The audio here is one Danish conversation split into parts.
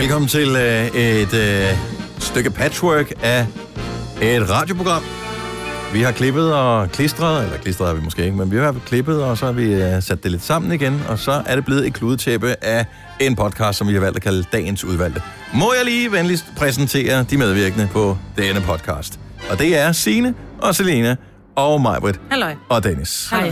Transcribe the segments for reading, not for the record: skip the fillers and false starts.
Velkommen til et stykke patchwork af et radioprogram. Vi har klippet og klistret, eller klistret har vi måske ikke, men vi har klippet, og så har vi sat det lidt sammen igen, og så er det blevet et kludetæppe af en podcast, som vi har valgt at kalde Dagens Udvalgte. Må jeg lige venligst præsentere de medvirkende på denne podcast? Og det er Signe og Selina og Majbrit og Dennis. Hej.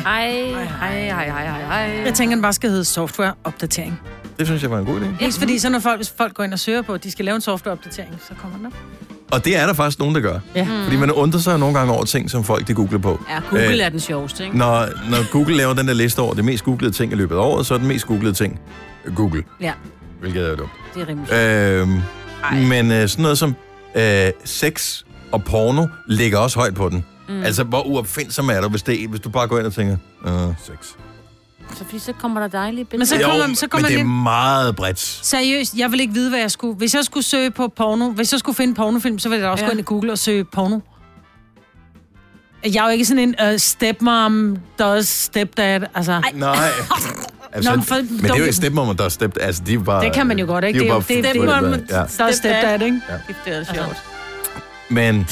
Jeg tænker, den bare skal hedde softwareopdatering. Det synes jeg var en god idé. Ikke fordi så når hvis folk går ind og søger på, at de skal lave en softwareopdatering, så kommer den op. Og det er der faktisk nogen, der gør. Ja. Fordi man undrer sig nogle gange over ting, som folk de googler på. Ja, Google er den sjoveste, ikke? Når Google laver den der liste over det mest googlede ting i løbet af året, så er den mest googlede ting Google. Ja. Hvilket er dumt. Det er rimelig Men sådan noget som sex og porno ligger også højt på den. Altså, hvor uopfindsom er du, hvis du bare går ind og tænker, sex. Så kommer der dejlige billeder. Men så kommer men det er lidt... meget bredt. Seriøst, jeg vil ikke vide, hvad jeg skulle... Hvis jeg skulle søge på porno, hvis jeg skulle finde pornofilm, så ville jeg også gå ind i Google og søge porno. Jeg er jo ikke sådan en stepmom, does stepdad, altså... Nej. Altså, men det er jo stepmom, der er stepdad. Altså, de er bare... Det kan man jo godt, ikke? De Det er jo stepmom, der er stepdad, ikke? Ja. Det er sjovt. Men...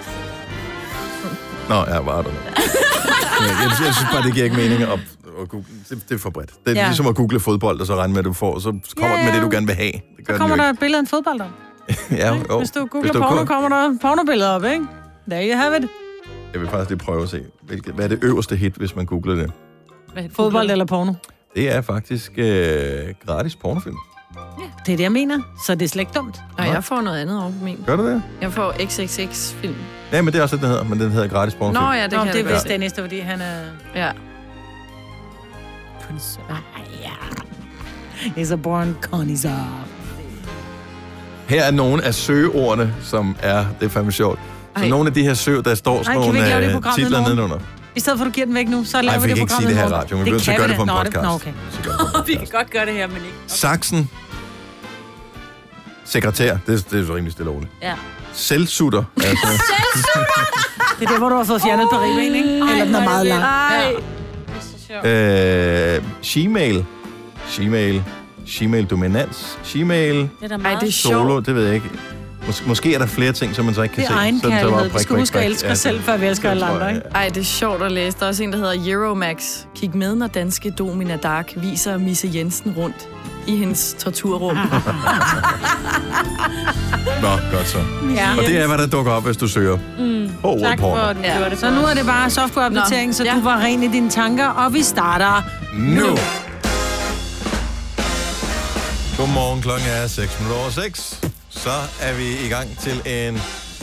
Nå, ja, var det. Jeg synes bare, det giver ikke mening at google. Det er for bredt. Det er ligesom at google fodbold, og så regne med, at du får, så kommer det med det, du gerne vil have. Det gør så kommer der et billede af en fodbold op. Hvis du googler porno, kommer der pornobilleder op, ikke? There you have it. Jeg vil faktisk lige prøve at se, hvad er det øverste hit, hvis man googler det? Fodbold eller porno? Det er faktisk gratis pornofilm. Ja, det er det, jeg mener. Så det er slet ikke dumt. Og jeg får noget andet over på min. Gør du det? Jeg får XXX-film. Ja, men det er også det, den hedder. Men den hedder gratis pornofilm. Nå ja, det kan det er vist det næste, fordi han er... Ja. He's a born connoisseur. Her er nogle af søgeordene, som er... Det er fandme sjovt. Så nogle af de her søg, der står sådan nogle titler nedenunder. I stedet for, at du giver den væk nu, så laver vi det program. Nej, vi kan ikke sige det her i radio. Vi bliver nødt til at gøre det på en podcast. Nå, okay. Vi kan godt gøre det her, men ikke. Saksen. Sekretær. Det er så rimelig stille ordentligt. Ja. Selvsutter. Altså. Det er det, hvor du har fået fjernet på ribben, ikke? Eller den er meget lang. Gmail dominans. Gmail. Det er solo, det ved jeg ikke. Måske er der flere ting, som man så ikke kan se. Det er egenkærlighed. Vi skal huske at elske os selv, før vi elsker alle andre, ikke? Ej, det er sjovt at læse. Der er også en, der hedder Euromax. Kig med, når danske Domina Dark viser Misse Jensen rundt i hendes torturrum. Nå, godt så. Ja. Og det er, hvad der dukker op, hvis du søger. Tak for, at du gjorde det. Så nu er det bare softwareopdatering, så du var ren i dine tanker, og vi starter nu. Godmorgen, klokken er 6:06. Så er vi i gang til en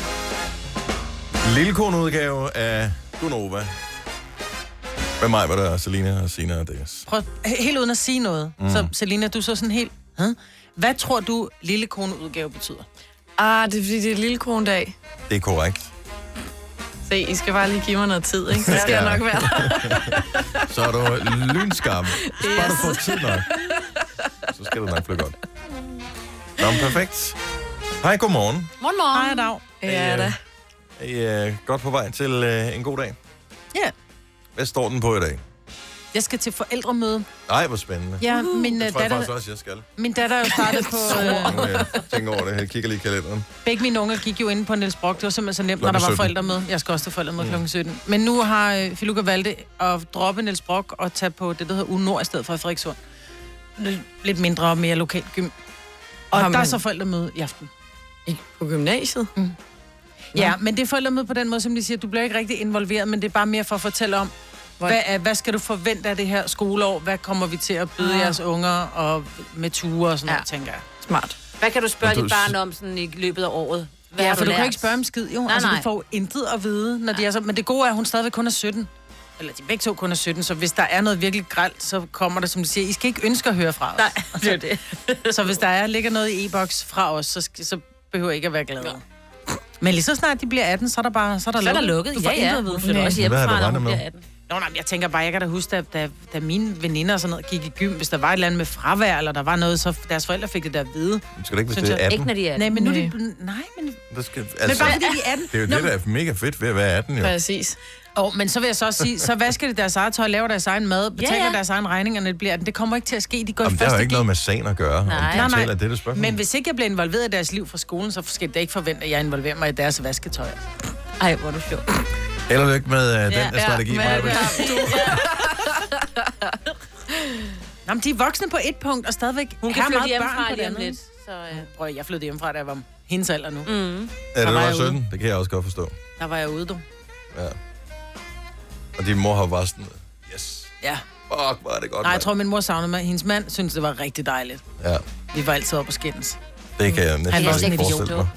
lille udgave af Gunova. Med mig var der Selina og Sina og Dennis. Prøv, helt uden at sige noget. Så Selina, du så sådan helt... Hvad tror du, lille udgave betyder? Det er fordi, det er lille dag. Det er korrekt. Se, I skal bare lige give mig noget tid, ikke? Så skal jeg nok være der. Så er du lynskarp. Hvis bare du får tid nok, så skal du nok blive godt. Nå, perfekt. Hej, godmorgen. Godmorgen. Hej, dag. Ja, da. Er I godt på vej til en god dag? Ja. Hvad står den på i dag? Jeg skal til forældremøde. Nej, hvor spændende. Ja, min det tror jeg datter... faktisk også, jeg skal. Min datter er jo startet på... Jeg tænker over det. Jeg kigger lige i kalenderen. Begge mine unger gik jo inde på Niels Brock. Det var simpelthen så nemt, når der var forældremøde. Jeg skal også til forældremøde kl. 17. Men nu har Filuka valgt at droppe Niels Brock og tage på det, der hedder Unord i stedet for Frederikssund. Lidt mindre og mere lokalt gym. Og der er så forældremøde i aften. På gymnasiet? Ja, men det er forældremøde på den måde, som de siger, du bliver ikke rigtig involveret, men det er bare mere for at fortælle om, hvad skal du forvente af det her skoleår? Hvad kommer vi til at byde jeres unger og med ture og sådan noget, tænker jeg. Smart. Hvad kan du spørge dit barn om sådan i løbet af året? Hvad for du kan ikke spørge om skid, jo. Nej, altså, du får intet at vide, når de er så... Men det gode er, at hun stadigvæk kun er 17. Eller de begge to kun er 17, så hvis der er noget virkelig grelt, så kommer der, som de siger, I skal ikke ønske at høre fra os. Nej, det er det. Så hvis der ligger noget i e-boks fra os, så behøver jeg ikke at være glad. Men lige så snart de bliver 18, så er der lukket. Du får intet at vide, for du også hjemmefra, når hun bliver 18. Nå, nej, jeg tænker bare, jeg kan da huske, da mine veninder og sådan noget gik i gym, hvis der var et eller andet med fravær, eller der var noget, så deres forældre fik det der at vide. Skal du ikke, hvis det er 18? Ikke, når de er 18. Nej, men nu er de... Nej, men... Der skal, Men bare fordi de er 18. Det er jo det, der er mega fedt ved at være 18, jo. Præcis. Men så vil jeg så også sige, så vasker de deres eget tøj, laver deres egen mad, betaler deres egen regninger, når det bliver den. Det kommer ikke til at ske. De går det har jo ikke noget med sagen at gøre. Nej. Det men hvis ikke jeg bliver involveret i deres liv fra skolen, så skal det ikke forvente, at jeg involverer mig i deres vasketøj. Ej, hvor er du sjov. Eller lykke med den strategi. Nå, men de er voksne på et punkt, og stadigvæk hun kan flytte hjemmefra lige om lidt. Prøv, jeg flyttede hjemmefra, da jeg var hendes alder nu. Ja, det var 17. Det kan jeg også godt forstå. Der var jeg ude, du. Ja. Og din mor har bare sådan... Yes. Ja. Fuck, hvor er det godt. Nej, jeg tror, min mor savnede mig. Hendes mand synes det var rigtig dejligt. Ja. Vi var altid oppe på skændes. Det kan jeg næsten forestille mig.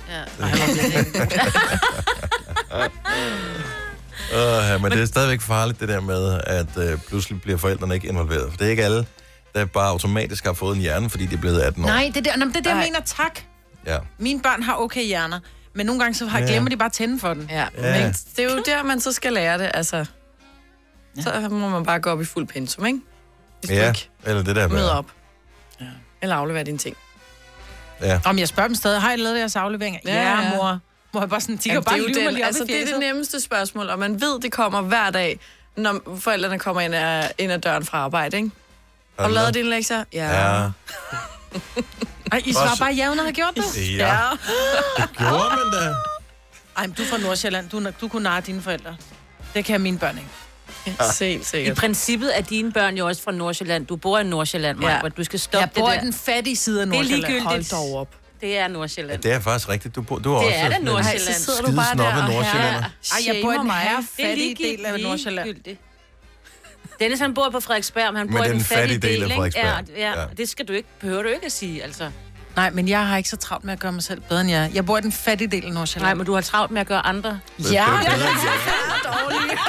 Men det er stadigvæk farligt, det der med, at pludselig bliver forældrene ikke involveret. For det er ikke alle, der bare automatisk har fået en hjerne, fordi de er blevet 18 år. Nej, det er det, jeg mener, tak. Ja. Mine børn har okay hjerner, men nogle gange så glemmer de bare at tænde for den. Ja. Men det er jo der, man så skal lære det, altså. Så må man bare gå op i fuld pensum, ikke? Hvis du ikke eller det der møder op. Ja. Eller aflevere dine ting. Ja. Om jeg spørger dem stadig, har I lavet jeres afleveringer? Ja, mor. Må jeg bare sådan, de kan bare lyve mig lige op i fjeset. Det er det nemmeste spørgsmål, og man ved, det kommer hver dag, når forældrene kommer ind ad døren fra arbejde, ikke? Har du lavet dine lektier? Ja. Ej, I svarer bare ja, hun har gjort det? Ja. Det gjorde man da. Ej, men du er fra Nordsjælland. Du kunne narre dine forældre. Det kan mine børn ikke. Sikkert. I princippet er dine børn jo også fra Nordsjælland. Du bor i Nordsjælland, Maja, hvor du skal stoppe det der. Jeg bor i den fattige side af Nordsjælland. Det er ligegyldigt. Hold dog op. Det er Nordsjælland. Ja, det er faktisk rigtigt. Du er det også er da Nordsjælland. Så sidder du bare der og jeg bor i den fattige del af Nordsjælland. Dennis, han bor på Frederiksberg, men han bor i den fattige del af Frederiksberg. Ja. Det skal du ikke, behøver du ikke at sige, altså. Nej, men jeg har ikke så travlt med at gøre mig selv bedre end jeg. Jeg bor i den fattige del af Nordsjælland. Nej, men du har travlt med at gøre andre. Ja, dårligt.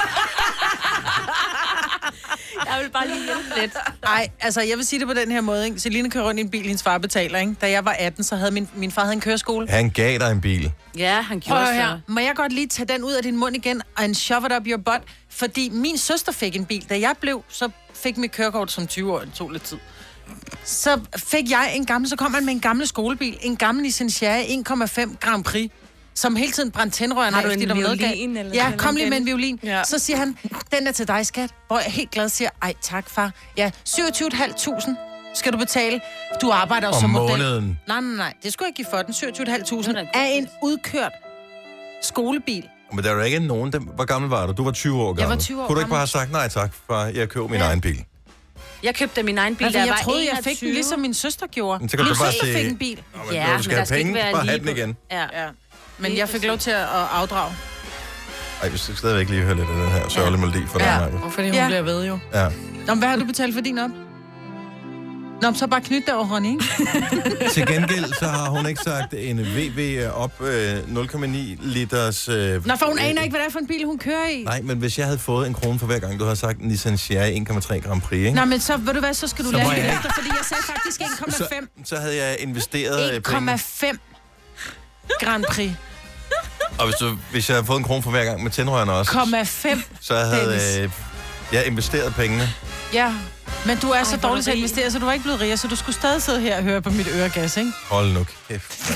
Jeg vil bare lige hjælpe lidt. Nej, altså jeg vil sige det på den her måde, ikke? Celine kører rundt i en bil, hendes far betaler, ikke? Da jeg var 18, så havde min far havde en køreskole. Han gav dig en bil. Ja, han gjorde så. Må jeg godt lige tage den ud af din mund igen, and shove it up your butt? Fordi min søster fik en bil. Da jeg blev, så fik mit kørekort som 20 år, det tog lidt tid. Så fik jeg en gammel, så kom man med en gammel skolebil, en gammel Nissan Cherry 1,5 Grand Prix, som hele tiden brændte tændrørene af, fordi der var noget galt. Ja, kom lige med en violin. Ja. Så siger han, den er til dig, skat. Hvor jeg helt glad siger, ej tak, far. Ja, 27.500 skal du betale. Du arbejder jo som model. Måneden. Nej, det skulle jeg give for den. 27.500 er en udkørt skolebil. Men der er jo ikke nogen, hvor gammel var du? Du var 20 år gammel. Jeg var 20 år Kunne du ikke bare have sagt, nej tak, far, jeg køber min egen bil? Jeg købte min egen bil, altså, jeg troede, jeg fik den, ligesom min søster gjorde. Men så kan du bare sige, fik en bil. Ja, du skal have penge, bare have den igen. Ja. Men jeg fik lov til at afdrage. Ej, vi skal stadigvæk lige høre lidt af den her sørgelige melodi for dig. Ja, og fordi hun bliver ved jo. Ja. Nå, hvad har du betalt for din op? Nå, så bare knyt der over, Ronny, ikke? Til gengæld, så har hun ikke sagt en VV op 0,9 liters... Nå, for hun aner ikke, hvad det er for en bil, hun kører i. Nej, men hvis jeg havde fået en krone for hver gang, du havde sagt Nissan Cherry 1,3 Grand Prix, ikke? Nå, men så, ved du hvad, så skal du lade det efter, fordi jeg sagde faktisk 1,5. Så havde jeg investeret 1,5 Grand Prix. Og hvis jeg havde fået en krone for hver gang med tændrørene også, 0,5, så havde jeg investeret pengene. Ja, men du er så dårlig til at investere, så du er ikke blevet rig, så du skulle stadig sidde her og høre på mit øregas, ikke? Hold nu kæft.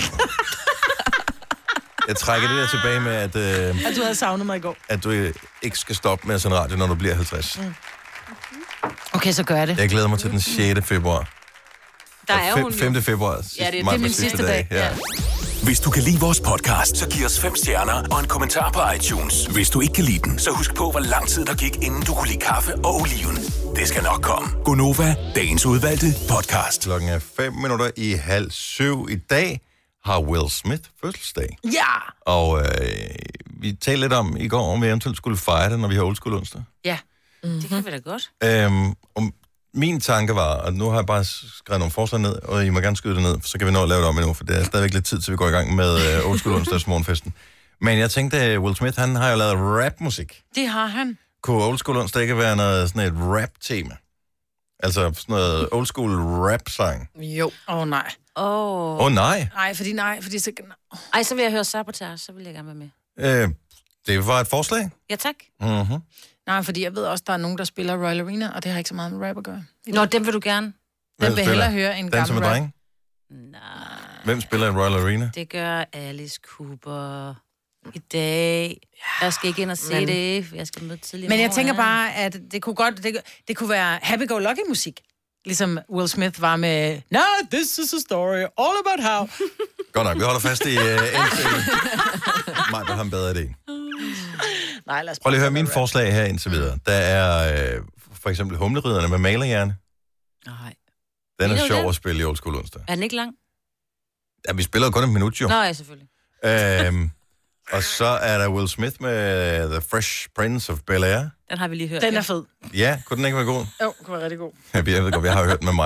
Jeg trækker det der tilbage med, at du havde savnet mig i går. At du ikke skal stoppe med at sende radio, når du bliver 50. Okay, så gør jeg det. Jeg glæder mig til den 6. februar. Der er jo 5. februar. Ja, det er min sidste dag. Ja. Hvis du kan lide vores podcast, så giv os 5 stjerner og en kommentar på iTunes. Hvis du ikke kan lide den, så husk på, hvor lang tid der gik, inden du kunne lide kaffe og oliven. Det skal nok komme. Gonova, dagens udvalgte podcast. Klokken er 6:05 i dag. Har Will Smith fødselsdag. Ja! Og vi talte lidt om i går, om vi eventuelt skulle fejre det, når vi har Old School onsdag. Ja. Det kan vi da godt. Min tanke var, og nu har jeg bare skrevet nogle forslag ned, og I må gerne skyde det ned, så kan vi nå at lave det om endnu, for det er stadigvæk lidt tid, til vi går i gang med Old School onsdags morgenfesten. Men jeg tænkte, Will Smith, han har jo lavet rapmusik. Det har han. Kunne Old School onsdag ikke være noget, sådan et rap-tema? Altså sådan noget Old School rap-sang? Jo. Nej. Nej? Fordi så... Ej, så vil jeg høre Sabotage, så vil jeg gerne være med. Det var et forslag? Ja, tak. Mhm. Nej, fordi jeg ved også, der er nogen, der spiller Royal Arena, og det har ikke så meget med rap at gøre. Nå, dem vil du gerne. Den vil hellere høre en gammel rap. Nej. Hvem spiller i Royal Arena? Det gør Alice Cooper. i dag. Jeg skal ikke ind og se det, jeg skal møde tidligere. Men jeg tænker bare, at det kunne godt, det kunne være happy-go-lucky-musik. Ligesom Will Smith var med, "No, this is a story all about how." Godt nok, vi holder fast i mig, der har en bedre idé. Nej, lad os prøv lige at høre mine forslag her indtil videre. Der er for eksempel Humleriderne med malerhjerne. Nej. Den er sjov at spille i Old School onsdag. Er den ikke lang? Ja, vi spiller kun et minut, jo. Nå, ja, selvfølgelig. Og så er der Will Smith med The Fresh Prince of Bel-Air. Den har vi lige hørt. Den er fed. Ja, kunne den ikke være god? Jo, den kunne være rigtig god. Jeg ved godt, jeg har hørt den med mig.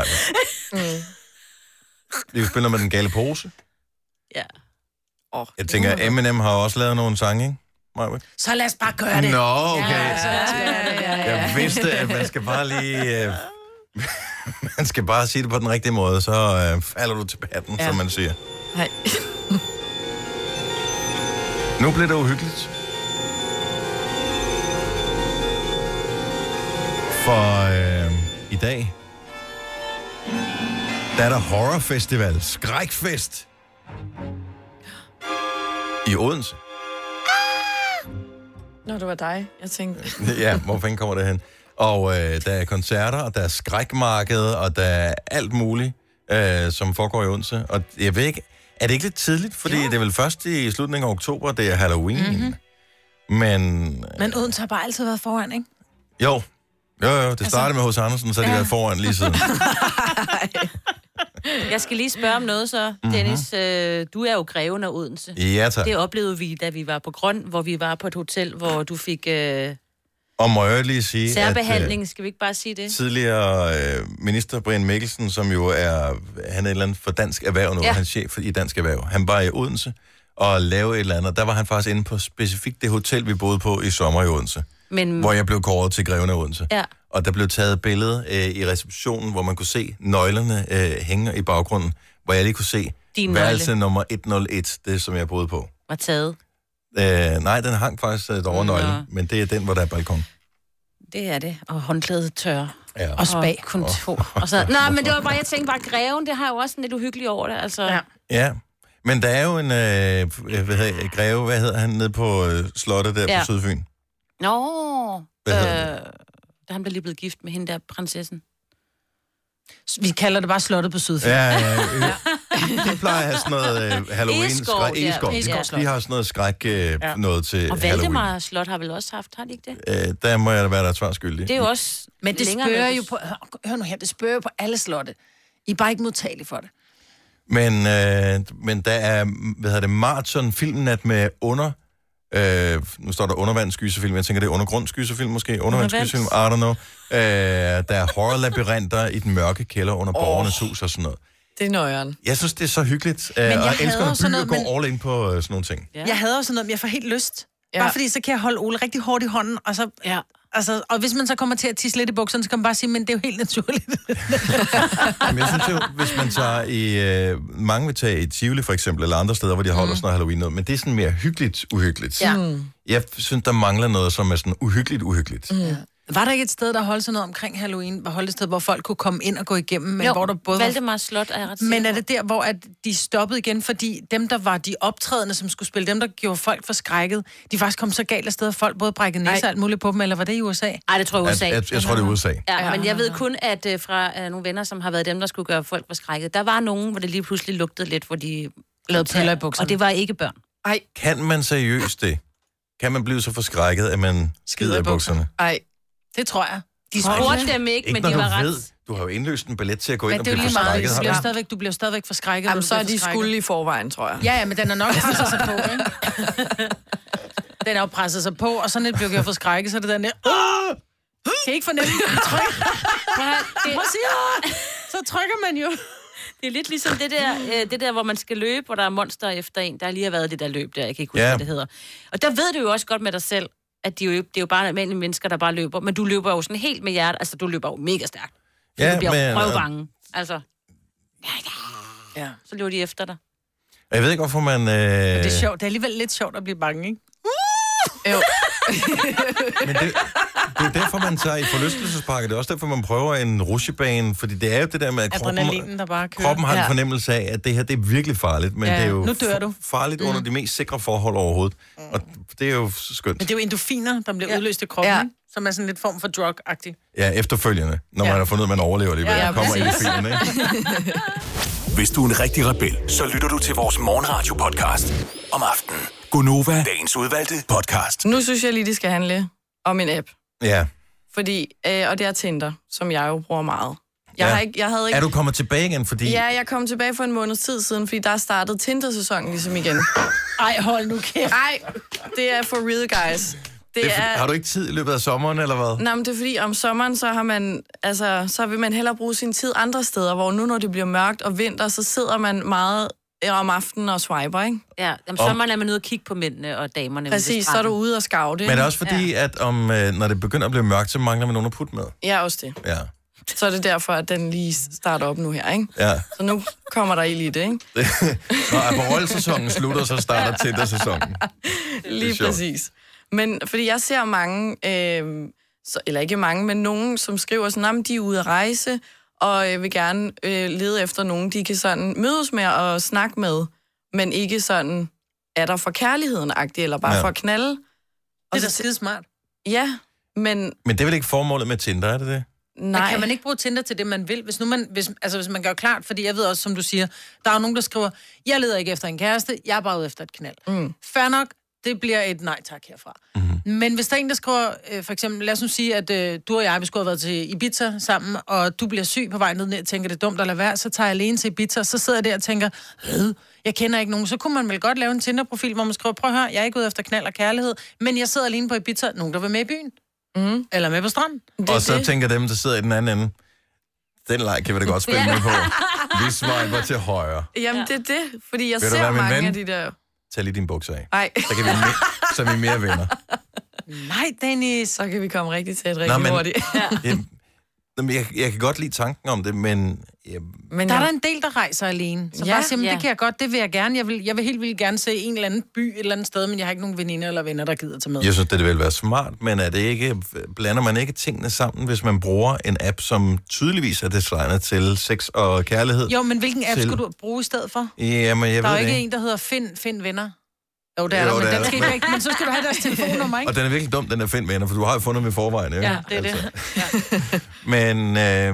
Vi spiller med Den Gale Pose. Ja. Jeg tænker, Eminem har også lavet nogle sange, ikke? Maja? Så lad os bare gøre det. Nå, okay. Ja. Jeg vidste, at man skal bare lige... man skal bare sige det på den rigtige måde, så falder du til patten, som man siger. Nej. Nu bliver det uhyggeligt. For i dag, der er der horrorfestival, skrækfest i Odense. Nå, det var dig, jeg tænkte. Ja, hvor fanden kommer det hen? Og der er koncerter, og der er skrækmarked, og der er alt muligt, som foregår i Odense. Og jeg ved ikke, er det ikke lidt tidligt? Fordi det er vel først i slutningen af oktober, det er Halloween. Mm-hmm. Men Odense har bare altid været foran, ikke? Jo, det startede med H.C. Andersen, så har de været foran lige siden. Jeg skal lige spørge om noget så, Dennis. Du er jo greven af Odense. Ja, tak. Det oplevede vi, da vi var på Grøn, hvor vi var på et hotel, hvor du fik og må jeg lige sige, særbehandling, skal vi ikke bare sige det? Tidligere minister Brian Mikkelsen, som jo han er et eller andet for Dansk Erhverv nu, han er chef i Dansk Erhverv. Han var i Odense og lavede et eller andet. Der var han faktisk inde på specifikt det hotel, vi boede på i sommer i Odense. Hvor jeg blev kåret til greven af Odense. Ja. Og der blev taget et billede i receptionen, hvor man kunne se nøglerne hænge i baggrunden, hvor jeg lige kunne se værelse nummer 101, det som jeg boede på. Var taget? Nej, den hang faktisk over nøglen, men det er den, hvor der er balkon. Det er det, og håndklædet tør. Ja. Og spag. Kontor. Og så, nej, men det var bare, jeg tænkte bare, greven, det har jo også en lidt uhyggeligt over det, altså. Ja, men der er jo en greve, hvad hedder han, nede på slottet der på Sydfyn? Nå, han blev lige blevet gift med hende der, prinsessen. Vi kalder det bare slottet på Sydfyn. Ja. De plejer at have sådan noget Halloween. Egeskov. De har sådan noget skræk noget til og Valdemar Slot har vel også haft, har de ikke det? Der må jeg da være der tværskyldig. Det er jo også. Men det spørger jo på, hør nu her, det spørger jo på alle slotte. I er bare ikke modtagelige for det. Men der er, Marathon filmnat med nu står der undervandsgyserfilm. Jeg tænker, det er undergrundsgyserfilm måske. Undervandsgyserfilm, I don't know. Der er horrorlabyrinter i den mørke kælder under borgernes hus og sådan noget. Det er nøjeren. Jeg synes, det er så hyggeligt. Og jeg elsker, når byer går all in på sådan nogle ting. Ja. Jeg hader sådan noget, men jeg får helt lyst. Bare fordi, så kan jeg holde Ole rigtig hårdt i hånden, og så... Ja. Altså, og hvis man så kommer til at tisse lidt i bukserne, så kan man bare sige, men det er jo helt naturligt. Jamen, jeg synes jo, hvis man tager i... mange vil tage i Tivoli for eksempel, eller andre steder, hvor de holder sådan noget Halloween noget, men det er sådan mere uhyggeligt. Ja. Jeg synes, der mangler noget, som er sådan uhyggeligt. Ja. Var der ikke et sted, der holdt sådan noget omkring Halloween, et sted, hvor folk kunne komme ind og gå igennem, men jo, hvor der både Valdemar Slot er ret sikker. Men er det der, hvor at de stoppede igen, fordi dem, der var de optrædende, som skulle spille, dem, der gjorde folk forskrækket, de faktisk kom så galt af sted, at folk både brækkede næse og alt muligt på dem, eller var det i USA? Nej, det tror jeg USA. Jeg tror, det er USA. Ja, men jeg ved kun, at fra nogle venner, som har været dem, der skulle gøre folk forskrækket, der var nogen, hvor det lige pludselig lugtede lidt, hvor de lavede piller i bukserne. Og det var ikke børn. Ej. Kan man seriøst det? Kan man blive så forskrækket, at man skider i bukserne? Ej. Det tror jeg. De spurgte dem ikke, men de var ret... Du har jo indløst en billet til at gå ind og blive forskrækket. Du bliver stadigvæk forskrækket. Jamen, så er de skulle i forvejen, tror jeg. Ja, men den er nok presset sig på, ikke? Den er jo presset sig på, og sådan et bliver jeg forskrækket, så er det den der... Kan I ikke fornemme? Så trykker man jo. Det er lidt ligesom det der, hvor man skal løbe, hvor der er monster efter en. Der lige har været det der løb der, jeg kan ikke huske, hvad det hedder. Og der ved du jo også godt med dig selv, at det er jo bare almindelige mennesker, der bare løber. Men du løber jo sådan helt med hjertet. Altså, du løber jo mega stærkt. Ja, du bliver jo prøvbange. Altså. Ja. Så løber de efter dig. Jeg ved ikke, hvorfor man... Men det er sjovt. Det er alligevel lidt sjovt at blive bange, ikke? Jo. Men det er derfor, man tager i forlystelsesparker. Det er også derfor, man prøver en rutsjebane, fordi det er jo det der med, at kroppen har en fornemmelse af, at det her, det er virkelig farligt, men det er jo farligt under de mest sikre forhold overhovedet. Og det er jo skønt. Men det er jo endorfiner, der bliver udløst i kroppen, ikke? Som er sådan lidt form for drug-agtig. Ja, efterfølgende, når man har fundet ud af, at man overlever det. Ja, kommer endorfinerne, ikke? Hvis du er en rigtig rebel, så lytter du til vores morgenradio-podcast om aftenen. Gonova, dagens udvalgte podcast. Nu synes jeg lige, det skal handle om en app. Ja. Fordi, og det er Tinder, som jeg jo bruger meget. Jeg havde ikke... Er du kommet tilbage igen, fordi... Ja, jeg kom tilbage for en måneds tid siden, fordi der er startet Tinder-sæsonen ligesom igen. Ej, hold nu kæft. Ej, det er for real, guys. Har du ikke tid i løbet af sommeren, eller hvad? Nej, men det er fordi, om sommeren, så har man, så vil man hellere bruge sin tid andre steder, hvor nu, når det bliver mørkt og vinter, så sidder man meget om aftenen og swiper, ikke? Ja, om sommeren er man ude og kigge på mændene og damerne. Præcis, så er du ude og scoute. Men det er også fordi, at når det begynder at blive mørkt, så mangler man nogen at putte med. Ja, også det. Ja. Så er det derfor, at den lige starter op nu her, ikke? Ja. Så nu kommer der ild i det, ikke? Når Aperol-sæsonen slutter, så starter Tinder-sæsonen. Lige præcis. Men fordi jeg ser mange, eller ikke mange, men nogen, som skriver sådan, at de er ude at rejse, og vil gerne lede efter nogen, de kan sådan mødes med og snakke med, men ikke sådan, er der for kærligheden-agtigt, eller bare for at knalde. Det er da skide smart. Ja, men... Men det er vel ikke formålet med Tinder, er det det? Nej. Men kan man ikke bruge Tinder til det, man vil? Hvis man gør klart, fordi jeg ved også, som du siger, der er nogen, der skriver, jeg leder ikke efter en kæreste, jeg er bare ude efter et knald. Fair nok, det bliver et nej tak herfra. Men hvis der er en, der skriver, for eksempel, lad os nu sige, at du og jeg, vi skulle have været til Ibiza sammen, og du bliver syg på vej ned og tænker, det er dumt at lade være, så tager jeg alene til Ibiza, så sidder jeg der og tænker, jeg kender ikke nogen. Så kunne man vel godt lave en Tinder-profil, hvor man skriver, prøv at høre, jeg er ikke ude efter knald og kærlighed, men jeg sidder alene på Ibiza, nogen der vil med i byen. Eller med på stranden. Og så tænker dem, der sidder i den anden ende, den leg kan vi da godt spille med på. Vi swiper til højre. Jamen, det er det, fordi jeg ser mange af de der... Tag lige din bukser af. Nej. Så er vi mere venner. Nej, Dennis. Så kan vi komme rigtig tæt rigtig hurtigt. Jeg kan godt lide tanken om det, men der er der en del, der rejser alene. Så bare sige, det kan jeg godt, det vil jeg gerne. Jeg vil helt vildt gerne se en eller anden by et eller andet sted, men jeg har ikke nogen veninder eller venner, der gider tage med. Jeg synes, det vil være smart, men er det ikke, blander man ikke tingene sammen, hvis man bruger en app, som tydeligvis er designet til sex og kærlighed? Jo, men hvilken app skulle du bruge i stedet for? Jamen, jeg der ved er ikke en, der hedder Find Venner. Jo, det er der, men den skal ikke, men så skal du have deres telefonnummer, ikke? Og den er virkelig dum, den er Find Venner, for du har jo fundet dem i forvejen, ikke? Ja, det er det. Ja. Men...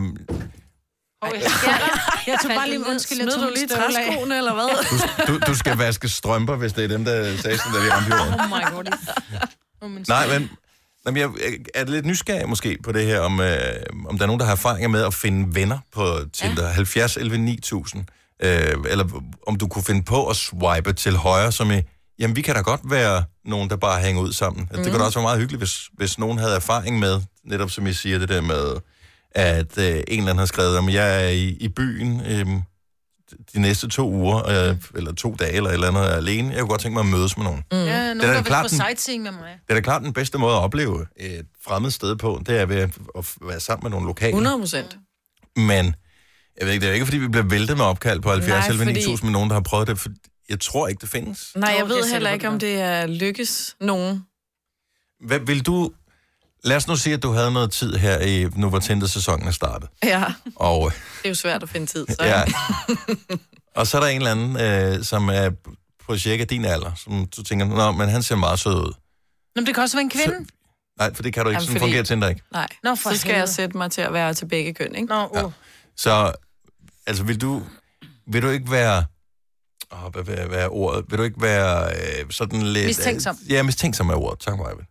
Jeg tog bare lige undskyld, jeg tog lige træskoene, eller hvad? Du skal vaske strømper, hvis det er dem, der sagde sådan, der vi ramte jorden. Oh my god. Nej, men jeg er lidt nysgerrig måske på det her, om der er nogen, der har erfaringer med at finde venner på Tinder. 70 11 9000. Eller om du kunne finde på at swipe til højre, som i, jamen vi kan da godt være nogen, der bare hænger ud sammen. Det kunne da også være meget hyggeligt, hvis nogen havde erfaring med, netop som I siger, det der med, at en eller anden har skrevet, at jeg er i byen de næste 2 uger, eller 2 dage, eller et eller andet alene. Jeg kunne godt tænke mig at mødes med nogen. Ja, nogen, der vil på sightseeing med mig. Det er da klart den bedste måde at opleve et fremmed sted på, det er ved at være sammen med nogle lokale. 100%. Men jeg ved ikke, det er ikke, fordi vi bliver væltet med opkald på 70 eller 9000 med nogen, der har prøvet det, for jeg tror ikke, det findes. Nej, jeg ved heller ikke, om det er lykkes nogen. Hvad vil du... Lad os nu sige, at du havde noget tid her, nu hvor Tinder-sæsonen er startet. Ja, og, det er jo svært at finde tid. Så. Ja. Og så er der en eller anden, som er på cirka din alder, som du tænker, nå, men han ser meget sød ud. Men det kan også være en kvinde. Nej, for det kan du ikke. Sådan fungerer Tinder ikke. Nej, så skal jeg sætte mig til at være til begge køn, ikke? Ja. Så, altså, vil du ikke være... Hvad er ordet? Vil du ikke være sådan lidt... Mistænksom. Ja, mistænksom er ordet. Tak, Maja.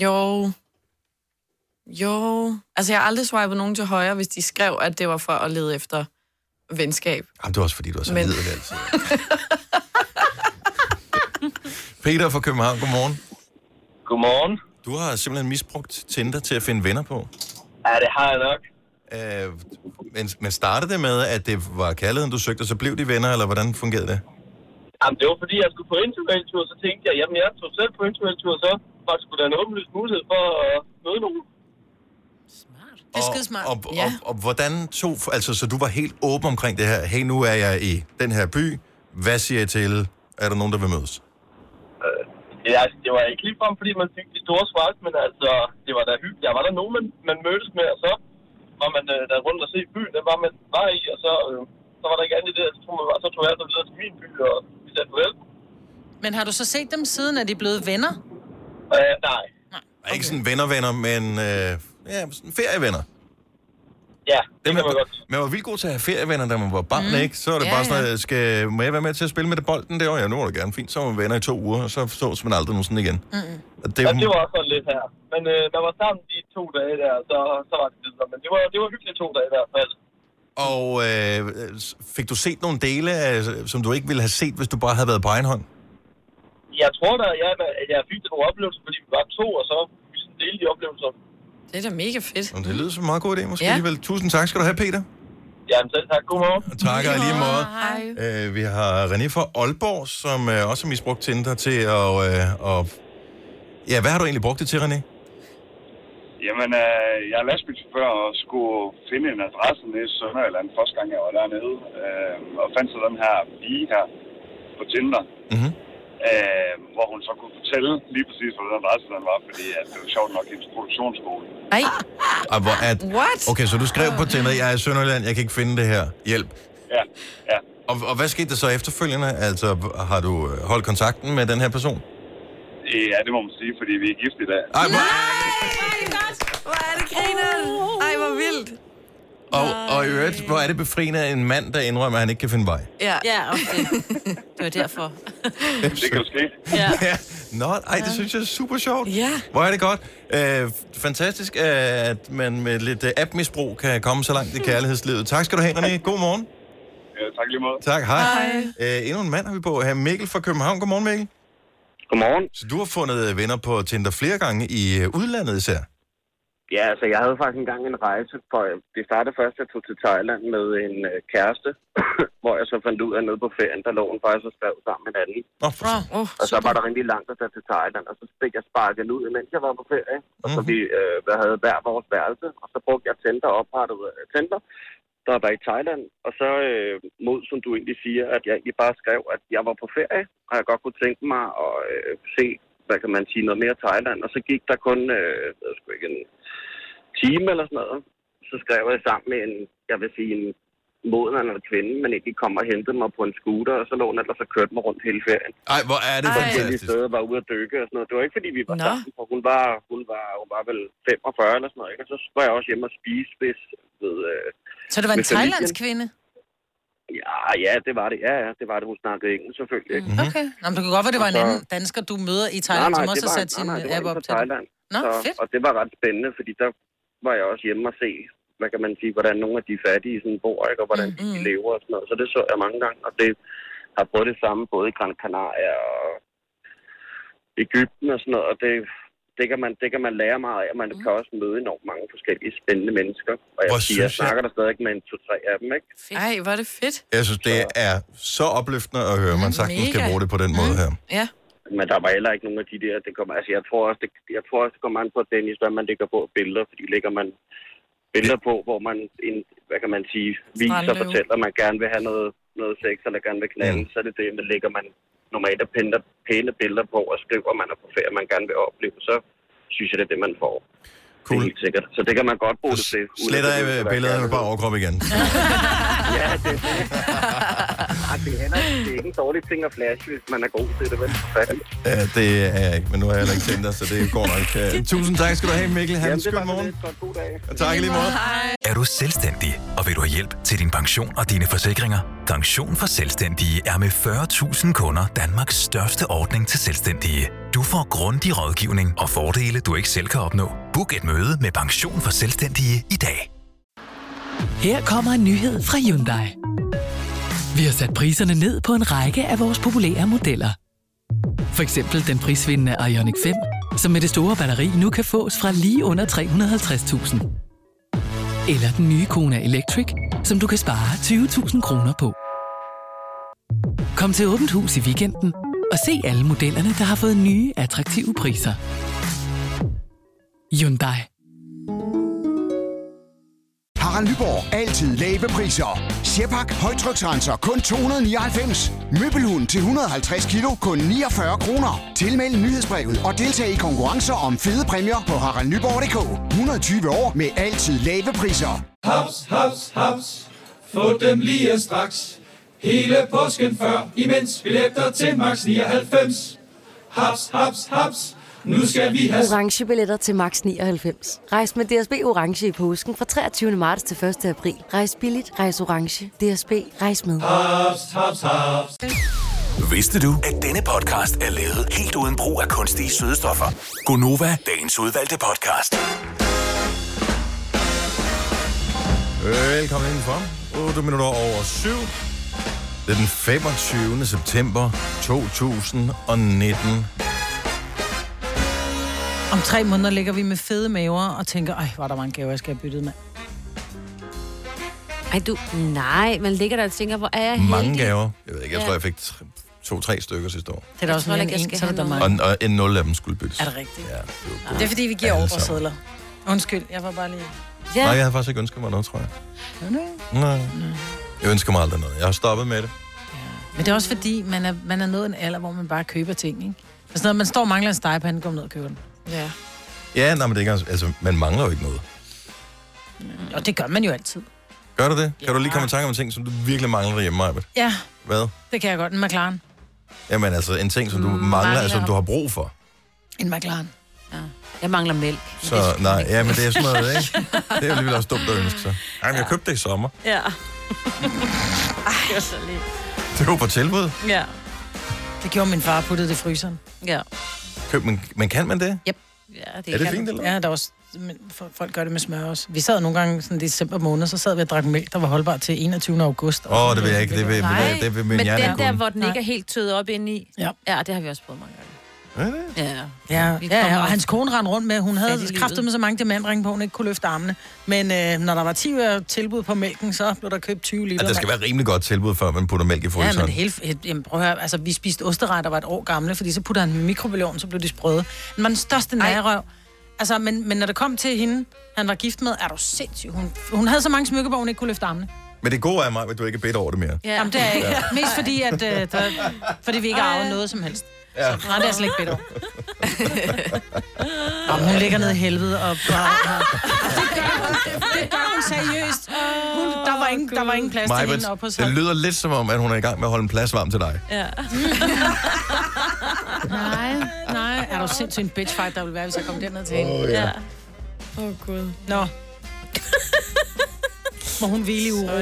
Jo. Altså, jeg har aldrig swipet nogen til højre, hvis de skrev, at det var for at lede efter venskab. Jamen, det var også fordi, du var så liderlig altid. Peter fra København, godmorgen. Godmorgen. Du har simpelthen misbrugt Tinder til at finde venner på. Ja, det har jeg nok. Men startede det med, at det var kærligheden, du søgte, og så blev de venner, eller hvordan fungerede det? Jamen, det var fordi, jeg skulle på interrailtur, så tænkte jeg, jamen, jeg tog selv på interrailtur, så var sgu da en åbenlyst mulighed for at møde nogen. Smart. Det er skidesmart. Og hvordan altså, så du var helt åben omkring det her. Hey, nu er jeg i den her by. Hvad siger jeg til? Er der nogen, der vil mødes? Ja, det var ikke lige frem, fordi man fik de store spark, men altså, det var da hyggeligt. Der var der nogen, man mødtes med, og så var man der rundt og se byen, den var man var i, og så var der ikke andet i det, så tog jeg så videre til min by, og vi sagde farvel. Men har du så set dem siden, at de er blevet venner? Nej. Okay. Ikke sådan venner, men sådan ferievenner. Ja, det kan man godt. Man var vildt god til at have ferievenner, da man var barn, ikke? Så var det bare sådan, må jeg være med til at spille med det bolden der? Ja, nu var det gerne fint. Så var man venner i 2 uger, og så sås man aldrig nogensinde igen. Det var også sådan lidt her. Men man var sammen de 2 dage der, så var det videre. Men det var hyggeligt 2 dage i hvert fald. Og fik du set nogle dele, som du ikke ville have set, hvis du bare havde været på egen hånd? Jeg tror da, jeg fik nogle oplevelser, fordi vi var 2, og så vi sådan dele de oplevelser. Det er da mega fedt. Og det lyder som en meget god idé, måske alligevel. Tusind tak skal du have, Peter. Jamen selv tak. Godmorgen. Tak og lige måde. Hej. Vi har René fra Aalborg, som også har misbrugt Tinder til at... Ja, hvad har du egentlig brugt det til, René? Jamen, jeg er lastbilchauffør og skulle finde en adresse nede i Sønderjylland første gang, jeg var dernede. Og fandt så den her pige her på Tinder. Mm-hmm. Hvor hun så kunne fortælle lige præcis, hvor den adresse den var, fordi at det var sjovt nok hendes produktionsskole. Ej. What? Okay, så du skrev på Tinder, jeg er i Sønderjylland, jeg kan ikke finde det her. Hjælp. Ja. Og hvad skete der så efterfølgende? Altså, har du holdt kontakten med den her person? Ja, det må man sige, fordi vi er gift i dag. Ej, hvor er det grineren? Ej, hvor vildt. Og i øvrigt, hvor er det befriende af en mand, der indrømmer, at han ikke kan finde vej? Ja, okay. Det var derfor. Det kan jo ske. Ja. Det synes jeg er super sjovt. Ja. Hvor er det godt. Fantastisk, at man med lidt app-misbrug kan komme så langt i kærlighedslivet. Tak skal du have, René. God morgen. Ja, tak lige måde. Tak, hej. Endnu en mand har vi på her. Mikkel fra København. Godmorgen, Mikkel. Godmorgen. Så du har fundet venner på Tinder flere gange i udlandet især? Ja, altså jeg havde faktisk engang en rejse, for det startede først, at jeg tog til Thailand med en kæreste, hvor jeg så fandt ud af nede på ferien, der lå hun faktisk og skrev sammen med en anden. Og så var der rigtig langt at tage til Thailand, og så fik jeg sparket ud, mens jeg var på ferie. Og så vi havde hver vores værelse, og så brugte jeg Tinder, oprettet Tinder, der var i Thailand. Og så mod, som du egentlig siger, at jeg egentlig bare skrev, at jeg var på ferie, og jeg godt kunne tænke mig at se, hvad kan man sige, noget mere Thailand. Og så gik der kun, en time eller sådan noget, så skrev jeg sammen med en moden eller kvinde, men ikke kom og hentede mig på en scooter, og så lå hun ellers og kørte mig rundt hele ferien. Ej, hvor er det fantastisk. Steder var ude at dykke og sådan noget. Det var ikke, fordi vi var sammen, for hun var vel 45 eller sådan noget, ikke? Og så var jeg også hjemme og spise ved... Så det var en thailandsk kvinde? Ja, det var det. Ja, det var det. Hun snakkede engelsk selvfølgelig, ikke? Okay. Nå, men det kan godt være, det var en anden dansker, du møder i Thailand, som også har sat sin app op til Thailand. Nå, fedt. Og det var ret spændende, fordi der var jeg også hjemme og se, hvad kan man sige, hvordan nogle af de fattige sådan bor, ikke, og hvordan de lever og sådan noget. Så det så jeg mange gange, og det har prøvet det samme både i Gran Canaria og Egypten og sådan noget, og det kan man lære meget af, og man kan også møde enormt mange forskellige spændende mennesker. Og jeg snakker der stadig med en 2-3 af dem, ikke? Ej, hvor er det fedt. Jeg synes, det er så opløftende at høre, man sagtens skal bruge det på den måde her. Ja. Men der var heller ikke nogen af de der, jeg tror også, det kommer an på, Dennis, hvad man lægger på billeder, fordi lægger man billeder på, hvor man, hvad kan man sige, viser og fortæller, at man gerne vil have noget sex, eller gerne vil knalde, så er det det, der lægger man normalt og pæne billeder på, og skriver, at man er på ferie, man gerne vil opleve, så synes jeg, det er det, man får. Cool. Det er helt sikkert. Så det kan man godt bruge det til. Sletter jeg billederne med bare overkrop igen. Ja, det er ikke en dårlig ting at flashe, hvis man er god til det, vel? Ja, det er jeg ikke, men nu har jeg heller ikke tænkt dig, så det går nok. Tusind tak skal du have, Mikkel. Ha' en skøn morgen. God dag. Og tak lige måde. Er du selvstændig, og vil du have hjælp til din pension og dine forsikringer? Pension for Selvstændige er med 40.000 kunder Danmarks største ordning til selvstændige. Du får grundig rådgivning og fordele, du ikke selv kan opnå. Book et møde med Pension for Selvstændige i dag. Her kommer en nyhed fra Hyundai. Vi har sat priserne ned på en række af vores populære modeller. For eksempel den prisvindende Ioniq 5, som med det store batteri nu kan fås fra lige under 350.000. Eller den nye Kona Electric, som du kan spare 20.000 kroner på. Kom til Åbent Hus i weekenden og se alle modellerne, der har fået nye, attraktive priser. Hyundai. Harald Nyborg. Altid lave priser. Sjehpak højtryksrenser kun 299. Møbelhund til 150 kilo kun 49 kroner. Tilmeld nyhedsbrevet og deltag i konkurrencer om fede præmier på haraldnyborg.dk. 120 år med altid lave priser. Haps, haps, haps. Få dem lige straks. Hele påsken før, imens billetter til max 99. Haps, haps, haps. Nu skal vi have orange billetter til max 99. Rejs med DSB orange i påsken fra 23. marts til 1. april. Rejs billigt, rejs orange. DSB, rejs med. haps, haps, haps. Vidste du, at denne podcast er lavet helt uden brug af kunstige sødestoffer? Gonova, dagens udvalgte podcast. Velkommen indenfor. 8 minutter over 7. Det er den 25. september 2019. Om 3 måneder ligger vi med fede maver og tænker, ej, hvor der mange gaver, jeg skal have byttet med. Nej, man ligger der og tænker, hvor er jeg heldig. Mange gaver. Jeg ved ikke, jeg tror, jeg fik 2-3 stykker sidste år. Det er da også mere end en, så er det der mange. Og en 0 af dem skulle byttes. Er det rigtigt? Ja, det er fordi, vi giver oversedler. Undskyld, jeg var bare lige... Ja. Nej, jeg havde faktisk ikke ønsket mig noget, tror jeg. Nej. Jeg ønsker mig aldrig noget. Jeg har stoppet med det. Ja. Men det er også fordi, man er nået en alder, hvor man bare køber ting, ikke? Hvis noget, man står og mangler en stegepande, går ned og køber den. Ja. Ja, nej, men det er ikke, altså, man mangler jo ikke noget. Og det gør man jo altid. Gør du det? Ja. Kan du lige komme i tanke om en ting, som du virkelig mangler derhjemme, Majbert? Ja. Hvad? Det kan jeg godt. En McLaren. Jamen altså, en ting, som du mangler, altså, som du har brug for. En McLaren. Ja. Jeg mangler mælk. Så nej, ja, men det er sådan noget, ikke? Det er jo alligevel også dumt at ønske sig. Ej, men jeg købte det i sommer. Ja. Ej, det var så lidt. Det var på tilbud. Ja. Det gjorde min far, puttede det i fryseren. Ja. Men kan man det? Yep. Ja, er det fint, eller? Ja, der er også, folk gør det med smør også. Vi sad nogle gange sådan i december måned, så sad vi og drak mælk, der var holdbar til 21. august. Det vil jeg ikke. Det vil min hjerne men den der, hvor den ikke er helt tøet op inde i. Ja, det har vi også prøvet mange gange. Ja, og hans kone rendte rundt med, hun havde kraftet med så mange demandringe på, hun ikke kunne løfte armene. Men når der var 10 tilbud på mælken, så blev der købt 20 liter. Der skal være rimelig godt tilbud, før man putter mælk i fryseren. Ja, men jamen, prøv at høre, altså vi spiste osterej, der var et år gamle, fordi så puttede han dem i mikrobølgeovnen, så blev de sprøde. Den var den største nærrøv. Altså, men når det kom til hende, han var gift med, er du sindssyg. Hun havde så mange smykker, hvor hun ikke kunne løfte armene. Men det gode er mig, at du ikke er bedt over det mere. Ja. Jamen, det er ikke. Ja. Mest fordi, fordi vi ikke har arvet noget som helst. Ja. Så, nej, det er slet ikke bedt over. Hun ligger nede i helvede og bare... Det gør hun seriøst. Der var ingen plads til hende op hos ham. Det lyder lidt som om, at hun er i gang med at holde en plads varm til dig. Ja. Nej. Er du sindssygt en bitchfight, der vil være, hvis jeg kommer derned til hende? Ja. Gud. Nå. Må hun hvile i uro?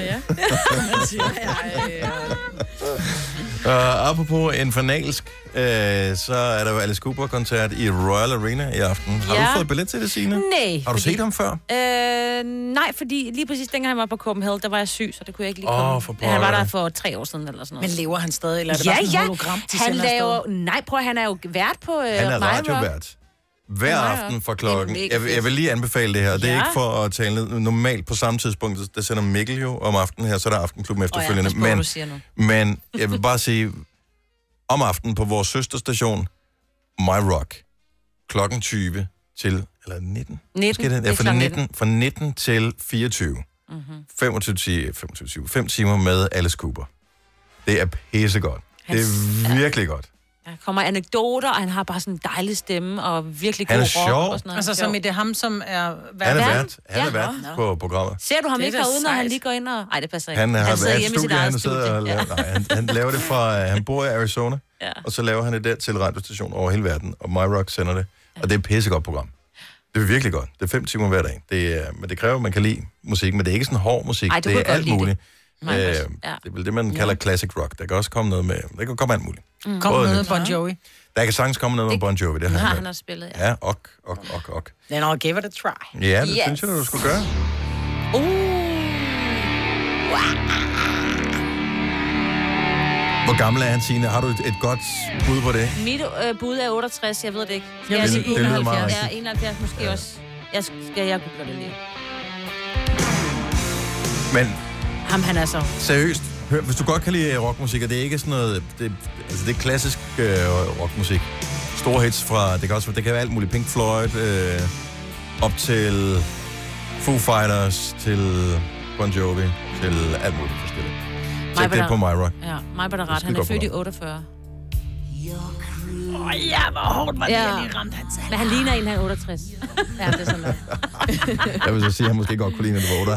Ja. Apropos infernalsk, så er der jo Alice Cooper-koncert i Royal Arena i aften. Har du fået billet til det, Signe? Nej. Har du set ham før? Nej, fordi lige præcis dengang han var på Copenhagen, der var jeg syg, så det kunne jeg ikke lige komme. Han var der for 3 år siden eller sådan noget. Men lever han stadig, eller er det bare sådan en hologram, de han laver... Nej, prøv at han er jo vært på han er radiovært. Hver aften fra klokken. Jeg vil lige anbefale det her. Det er ikke for at tale ned. Normalt på samme tidspunkt, der sender Mikkel jo om aftenen her, så er der Aftenklubben efterfølgende. Men jeg vil bare sige, om aftenen på vores søsterstation, My Rock, klokken 20 til, eller 19? 19. Ja, fra 19 til 24. 5 timer med Alice Cooper. Det er pissegodt. Det er virkelig godt. Der kommer anekdoter, og han har bare sådan en dejlig stemme, og virkelig god rock. Han er sjov. Og sådan noget. Altså, som i det er ham, som er vært. Han er vært på programmet. Ser du ham ikke herude, når han lige går ind og... Nej, det passer ikke. Han sidder hjemme i sit eget studie. Han laver det fra... Han bor i Arizona, og så laver han det der til radiostationer over hele verden, og My Rock sender det. Og det er et pissegodt program. Det er virkelig godt. Det er 5 timer hver dag. Men det kræver, at man kan lide musik, men det er ikke sådan hård musik. Ej, det er alt muligt. Det er vel det, man kalder classic rock. Der kan også komme noget med... Der kan komme alt muligt. Kommer noget med Bon Jovi. Der kan sagtens komme noget med Bon Jovi. Det har han også spillet, ja. Ok. Then I'll give it a try. Ja, det synes jeg, du skulle gøre. Hvor gammel er han, Signe? Har du et godt bud på det? Mit bud er 68, jeg ved det ikke. Jeg vil sige 71. Ja, 71 måske også. Jeg googler det lige. Men... Ham, han er så... Seriøst. Hør, hvis du godt kan lide rockmusik, og det er ikke sådan noget... Det er klassisk rockmusik. Store hits fra... Det kan være alt muligt. Pink Floyd, op til Foo Fighters, til Bon Jovi til alt muligt forskelligt. Tjek det på Myra. Ja, mig var der ret. Han er født i 48. Ja, hvor hårdt var det, jeg lige ramte hans. Men han ligner en, han er 68. Ja, det er sådan noget. Jeg vil så sige, at han måske godt kunne ligne, at det var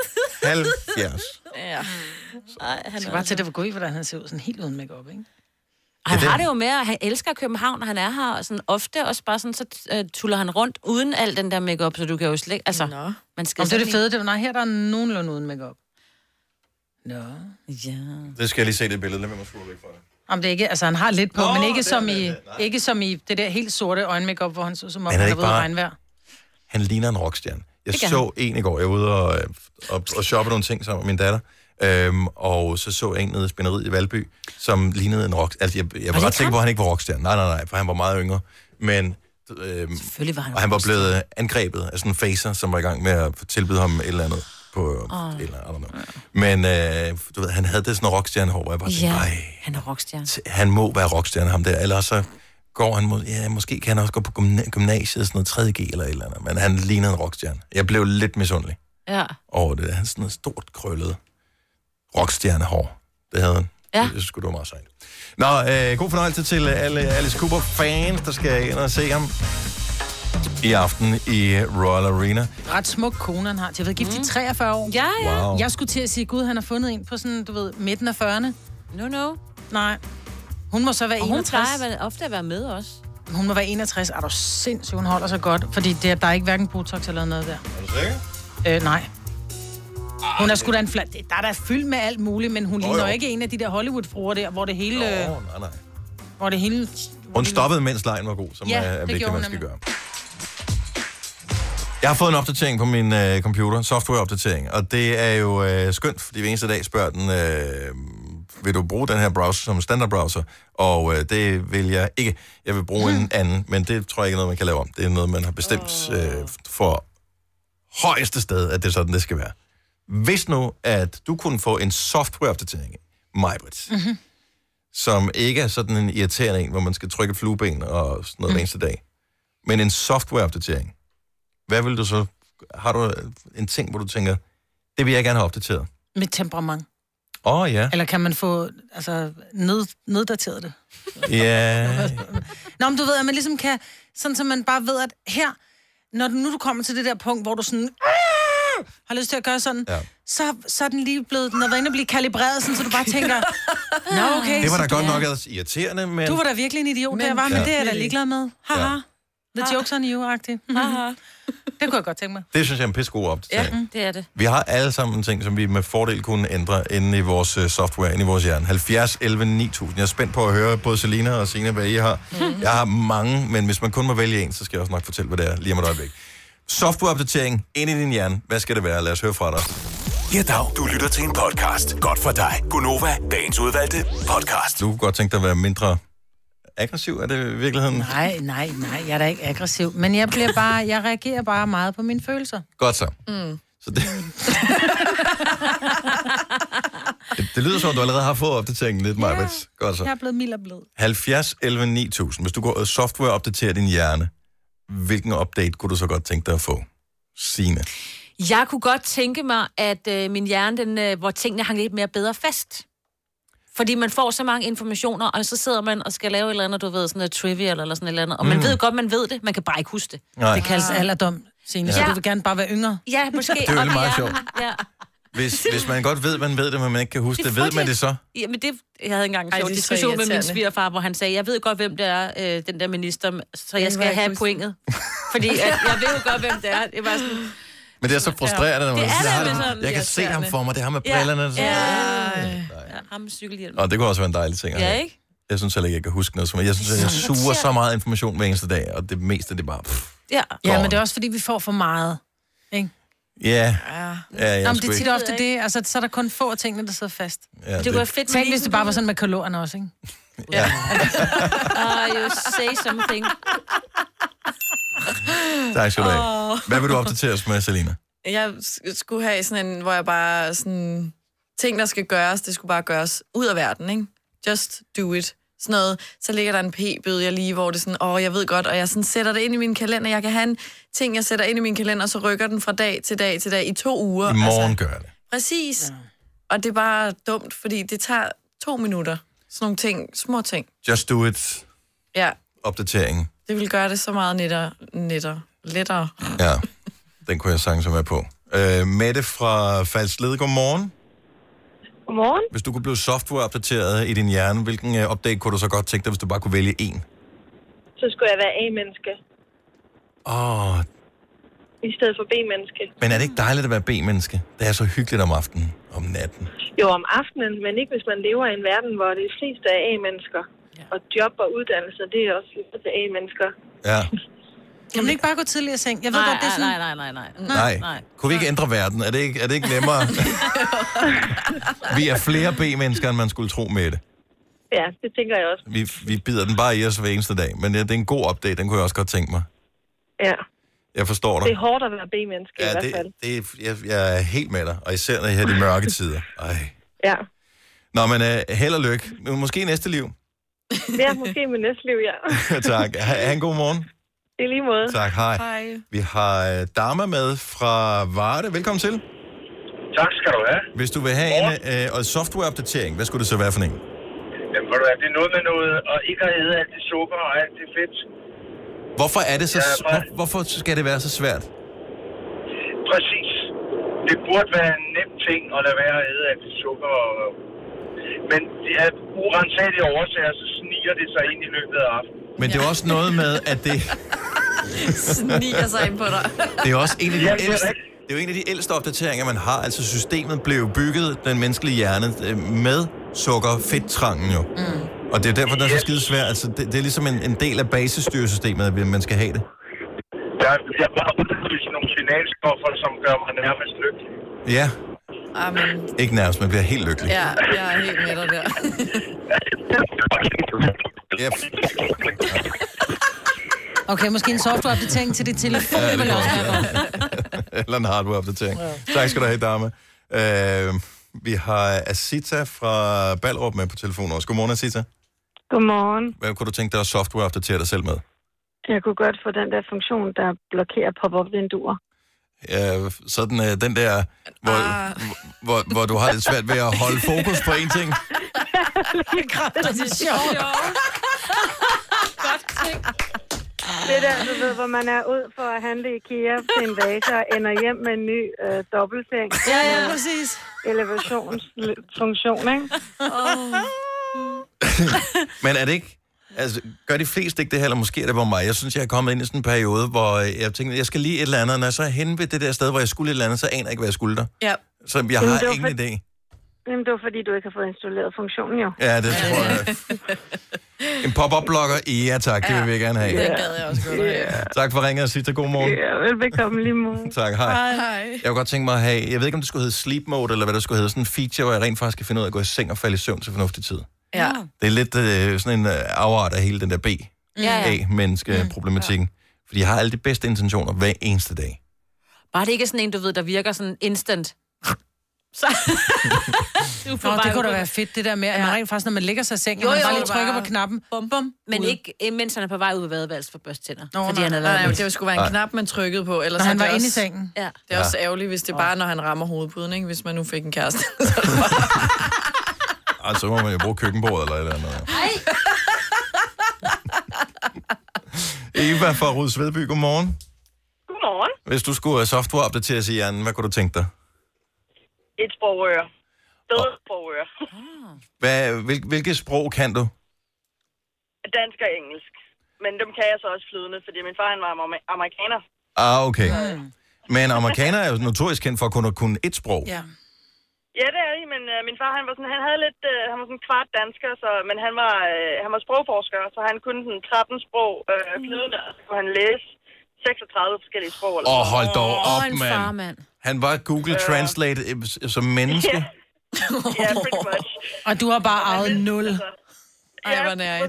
70. Ja. Han skal bare til, det var godt, hvordan han ser ud sådan helt uden make-up, ikke? Han har det jo med, at han elsker København, og han er her, og sådan ofte også bare sådan, så tuller han rundt uden al den der make-up, så du kan jo slet altså, man skal. Og det er det fede, det var, nej, her der er nogenlunde uden make-up. Nå. Ja. Det skal jeg lige se det billede, lad mig skrulle væk fra det. Om det ikke, altså han har lidt på, men ikke som i det der helt sorte øjenmakeup, hvor han så som om han er ude i regnvejr. Han ligner en rockstjerne. Jeg så en i går, jeg var ude og shoppe nogle ting sammen med min datter. Og så jeg en nede i spænderiet i Valby, som lignede en rock. Altså, jeg var ret sikker på, at han ikke var rockstjerne. Nej, for han var meget yngre. Men selvfølgelig var han. Og han var blevet angrebet af sådan en facer, som var i gang med at tilbyde ham et eller andet på et eller andet. Men du ved, han havde det sådan en rockstjernehår, hvor jeg bare tænkte, han er rockstjerne. Han må være rockstjerne, ham der. Ellers så går han, måske kan han også gå på gymnasiet, sådan noget 3.G eller et eller andet. Men han lignede en rockstjerne. Jeg blev lidt misundelig over det. Han sådan noget stort krøllet rockstjernehår. Det havde han. Ja. Det synes det var meget sejt. Nå, god fornøjelse til alle Alice Cooper-fans, der skal ind og se ham i aften i Royal Arena. Ret smuk kone, han har. Jeg ved, gift i 43 år. Ja. Wow. Jeg skulle til at sige, Gud, han har fundet en på sådan, du ved, midten af 40'erne. No. Nej. Hun må så være 61. Hun plejer ofte at være med også. Hun må være 61. Er du sindssygt, hun holder sig godt. Fordi der er ikke hverken Botox eller noget der. Er du sikker? Nej. Hun er sgu da en flat. Der er da fyldt med alt muligt, men hun ligner ikke en af de der Hollywood-fruer der, hvor det hele... Nej. Hvor det hele... Hun stoppede, mens lejen var god, som er vigtigt, man skal gøre. Jeg har fået en opdatering på min computer, softwareopdatering, og det er jo skønt, fordi hver eneste dag spørger den, vil du bruge den her browser som standard browser? Og det vil jeg ikke. Jeg vil bruge en anden, men det tror jeg ikke er noget, man kan lave om. Det er noget, man har bestemt for højeste sted, at det er sådan, det skal være. Hvis nu, at du kunne få en softwareopdatering, Majbrit, som ikke er sådan en irriterende en, hvor man skal trykke flueben og sådan noget hver eneste dag, men en softwareopdatering, hvad vil du så... Har du en ting, hvor du tænker, det vil jeg gerne have opdateret? Med temperament. Ja. Eller kan man få neddateret det? Ja. Nå, men du ved, at man ligesom kan... Sådan, så man bare ved, at her, når du kommer til det der punkt, hvor du sådan... har lyst til at gøre sådan, så er den lige blevet... Den er været inde og blive kalibreret, sådan, så du bare tænker... Nå, okay. Det var da godt nok irriterende, men... Du var da virkelig en idiot, der var, men det er jeg da ligeglad med. Haha. The joke's on you-agtigt. Det kunne jeg godt tænke mig. Det synes jeg er en pissegod opdatering. Ja, det er det. Vi har alle sammen ting, som vi med fordel kunne ændre inde i vores software, inde i vores hjerne. 70, 11, 9000. Jeg er spændt på at høre både Selina og Signe, hvad I har. Jeg har mange, men hvis man kun må vælge en, så skal jeg også nok fortælle, hvad det er lige om et øjeblik. Softwareopdatering ind i din hjerne. Hvad skal det være? Lad os høre fra dig. Ja, dag. Du lytter til en podcast. Godt for dig. Gunova, dagens udvalgte podcast. Du kunne godt tænke dig at være mindre aggressiv, er det i virkeligheden? Nej, jeg er da ikke aggressiv. Men jeg reagerer bare meget på mine følelser. Godt så. Så det lyder som, at du allerede har fået opdateringen lidt, Majbets. Godt så. Jeg er blevet mild og blød. 70, 11, 9000. Hvis du går og software-opdaterer din hjerne, hvilken update kunne du så godt tænke dig at få? Signe. Jeg kunne godt tænke mig, at min hjerne, hvor tingene hang lidt mere bedre fast. Fordi man får så mange informationer, og så sidder man og skal lave et eller andet, du ved, sådan noget trivial eller sådan et eller andet. Og man ved godt, man ved det, man kan bare ikke huske det. Nej. Det kaldes alderdom, Signe, så du vil gerne bare være yngre. Ja, måske. Det er jo meget sjovt. Ja. Hvis man godt ved, man ved det, men man ikke kan huske det, ved man det så? Ja, men det... Jeg havde engang en sjov diskussion med min svigerfar, hvor han sagde, jeg ved godt, hvem det er, den der minister, så jeg skal have pointet. Fordi jeg ved jo godt, hvem det er. Det var sådan... Men det er så frustrerende, når man sådan, jeg kan se ham for mig, det er ham med brillerne. Ham med cykelhjelm. Og det kunne også være en dejlig ting. Ja, ikke? Jeg synes heller ikke, jeg kan huske noget. Jeg synes, jeg suger så meget information hver eneste dag, og det meste, det er bare... Ja, men det er også, fordi vi får for meget. Ikke? Ja. Nå, men det er tit ofte det. Altså, så er der kun få af tingene, der sidder fast. Ja, det kunne fedt. Tænk, hvis det bare var sådan med kalorerne også, ikke? Ja. You say something. Tak skal du have. Hvad vil du opdatere os med, Selina? Jeg skulle have sådan en, hvor jeg bare sådan... Ting, der skal gøres, det skulle bare gøres ud af verden, ikke? Just do it. Sådan noget. Så ligger der en p-bøde, jeg lige, hvor det er sådan, jeg ved godt, og jeg sådan sætter det ind i min kalender. Jeg kan have en ting, jeg sætter ind i min kalender, og så rykker den fra dag til dag til dag i 2 uger. I morgen gør det. Præcis. Ja. Og det er bare dumt, fordi det tager 2 minutter. Sådan nogle ting, små ting. Just do it. Ja. Opdateringen. Det vil gøre det så meget lettere. Ja, den kunne jeg sagtens med på. Mette fra Falsled, godmorgen. Godmorgen. Hvis du kunne blive softwareopdateret i din hjerne, hvilken update kunne du så godt tænke dig, hvis du bare kunne vælge en? Så skulle jeg være A-menneske. I stedet for B-menneske. Men er det ikke dejligt at være B-menneske? Det er så hyggeligt om aftenen, om natten. Jo, om aftenen, men ikke hvis man lever i en verden, hvor det fleste er A-mennesker. Ja. Og job og uddannelse, det er også lidt til A-mennesker. Ja. Kan man ikke bare gå tidligere i seng? Jeg ved godt, det er sådan... Nej. Kunne vi ikke ændre verden? Er det ikke nemmere? Vi er flere B-mennesker, end man skulle tro med det. Ja, det tænker jeg også. Vi bider den bare i os hver eneste dag. Men det er en god update, den kunne jeg også godt tænke mig. Ja. Jeg forstår dig. Det er hårdt at være B-menneske i hvert fald. Jeg er helt med dig. Og især når jeg har de mørke tider. Ej. Ja. Nå, men held og lykke. Måske næste liv. Ja, måske med næste liv, ja. Tak. Ha' en god morgen. I lige måde. Tak, hej. Vi har Dama med fra Varde. Velkommen til. Tak skal du have. Hvis du vil have en softwareopdatering, hvad skulle det så være for en? Jamen, det er noget med noget, og ikke at æde alt det sukker og alt det fedt. Hvorfor er det så hvorfor skal det være så svært? Præcis. Det burde være en nem ting at lade være at æde alt det sukker. Men det er urensagelige årsager, så sniger det sig ind i løbet af aftenen. Men det er også noget med, at det... sniger sig ind på dig. Det er også en af de ældste... Det er jo en af de ældste opdateringer, man har. Altså systemet blev bygget, den menneskelige hjerne, med sukker-fedt-trangen jo. Og det er derfor, det er så skide svært. Altså, det er ligesom en del af basisstyresystemet, at man skal have det. Jeg er bare udløst nogle signalstoffer, som gør mig nærmest lykkelig. Ja. Amen. Ikke nærmest, man bliver helt lykkelig. Ja, jeg er helt med dig der. Yep. Okay, måske en softwareopdatering til dit telefon. Ja, eller en hardwareopdatering. Ja. Tak skal du have, Dame. Vi har Asita fra Ballerup med på telefonen også. Godmorgen, Asita. Godmorgen. Hvad kunne du tænke dig at softwareopdatere dig selv med? Jeg kunne godt få den der funktion, der blokerer pop-up-vinduer. Ja, sådan den der, hvor du har lidt svært ved at holde fokus på én ting. Det er sjovt. Godt ting. Det der, du ved, hvor man er ud for at handle i IKEA til en vase og ender hjem med en ny dobbeltseng. Ja, præcis. Elevationsfunktion, ikke? Men er det ikke... Altså, gør de fleste ikke det her, eller måske er det bare mig? Jeg synes, jeg er kommet ind i sådan en periode, hvor jeg tænkte, jeg skal lige et eller andet, og når jeg så er henne ved det der sted, hvor jeg skulle et eller andet, så aner jeg ikke, hvad jeg skulle der. Ja. Så jeg har ingen idé. Jamen, det var fordi, du ikke har fået installeret funktionen, jo. Ja, det tror jeg. En pop-up-blokker? Ja, tak. Det vil vi gerne have. Det gad jeg også godt have. Tak for ringen og sige god morgen. Ja, velbekomme lige morgen. Tak, hej. Jeg kunne godt tænke mig at have, jeg ved ikke, om det skulle hedde sleep mode, eller hvad det skulle hedde, sådan en feature, hvor jeg rent faktisk kan finde ud af at gå i seng og falde i søvn til fornuftig tid. Ja. Det er lidt sådan en afart af hele den der B-menneske-problematikken. Fordi jeg har alle de bedste intentioner hver eneste dag. Bare det ikke er sådan en, du ved, der virker sådan instant. Så... det kunne da være fedt, det der med, at man rent faktisk, når man lægger sig i sengen, man bare lige trykker på knappen, bum, bum. Men ikke, mens han er på vej ud af badeværelset for børsttænder. Fordi han nej, det skulle være en knap, man trykkede på. Ellers når han var inde i sengen. Ja. Det er også ærgerligt, hvis det er bare, når han rammer hovedpuden, ikke? Hvis man nu fik en kæreste. Så må man jo bruge køkkenbordet eller et eller andet. Eva fra Rudsvedby, godmorgen. Godmorgen. Hvis du skulle softwareopdateres i hjernen, hvad kunne du tænke dig? Et sprogøre. Bedre sprogøre. Hvilket sprog kan du? Dansk og engelsk. Men dem kan jeg så også flydende, fordi min far han var amerikaner. Okay. Men amerikaner er jo notorisk kendt for at kunne et sprog. Ja. Ja, det er det, men min far, han var sådan kvart dansker, men han var sprogforsker, så han kunne sådan 13 sprog flydende, og så kunne han læse 36 forskellige sprog. Hold dog op, mand. Han var Google Translate som menneske. Ja, pretty much. Og du har bare arvet 0. Ej, hvor nærigt.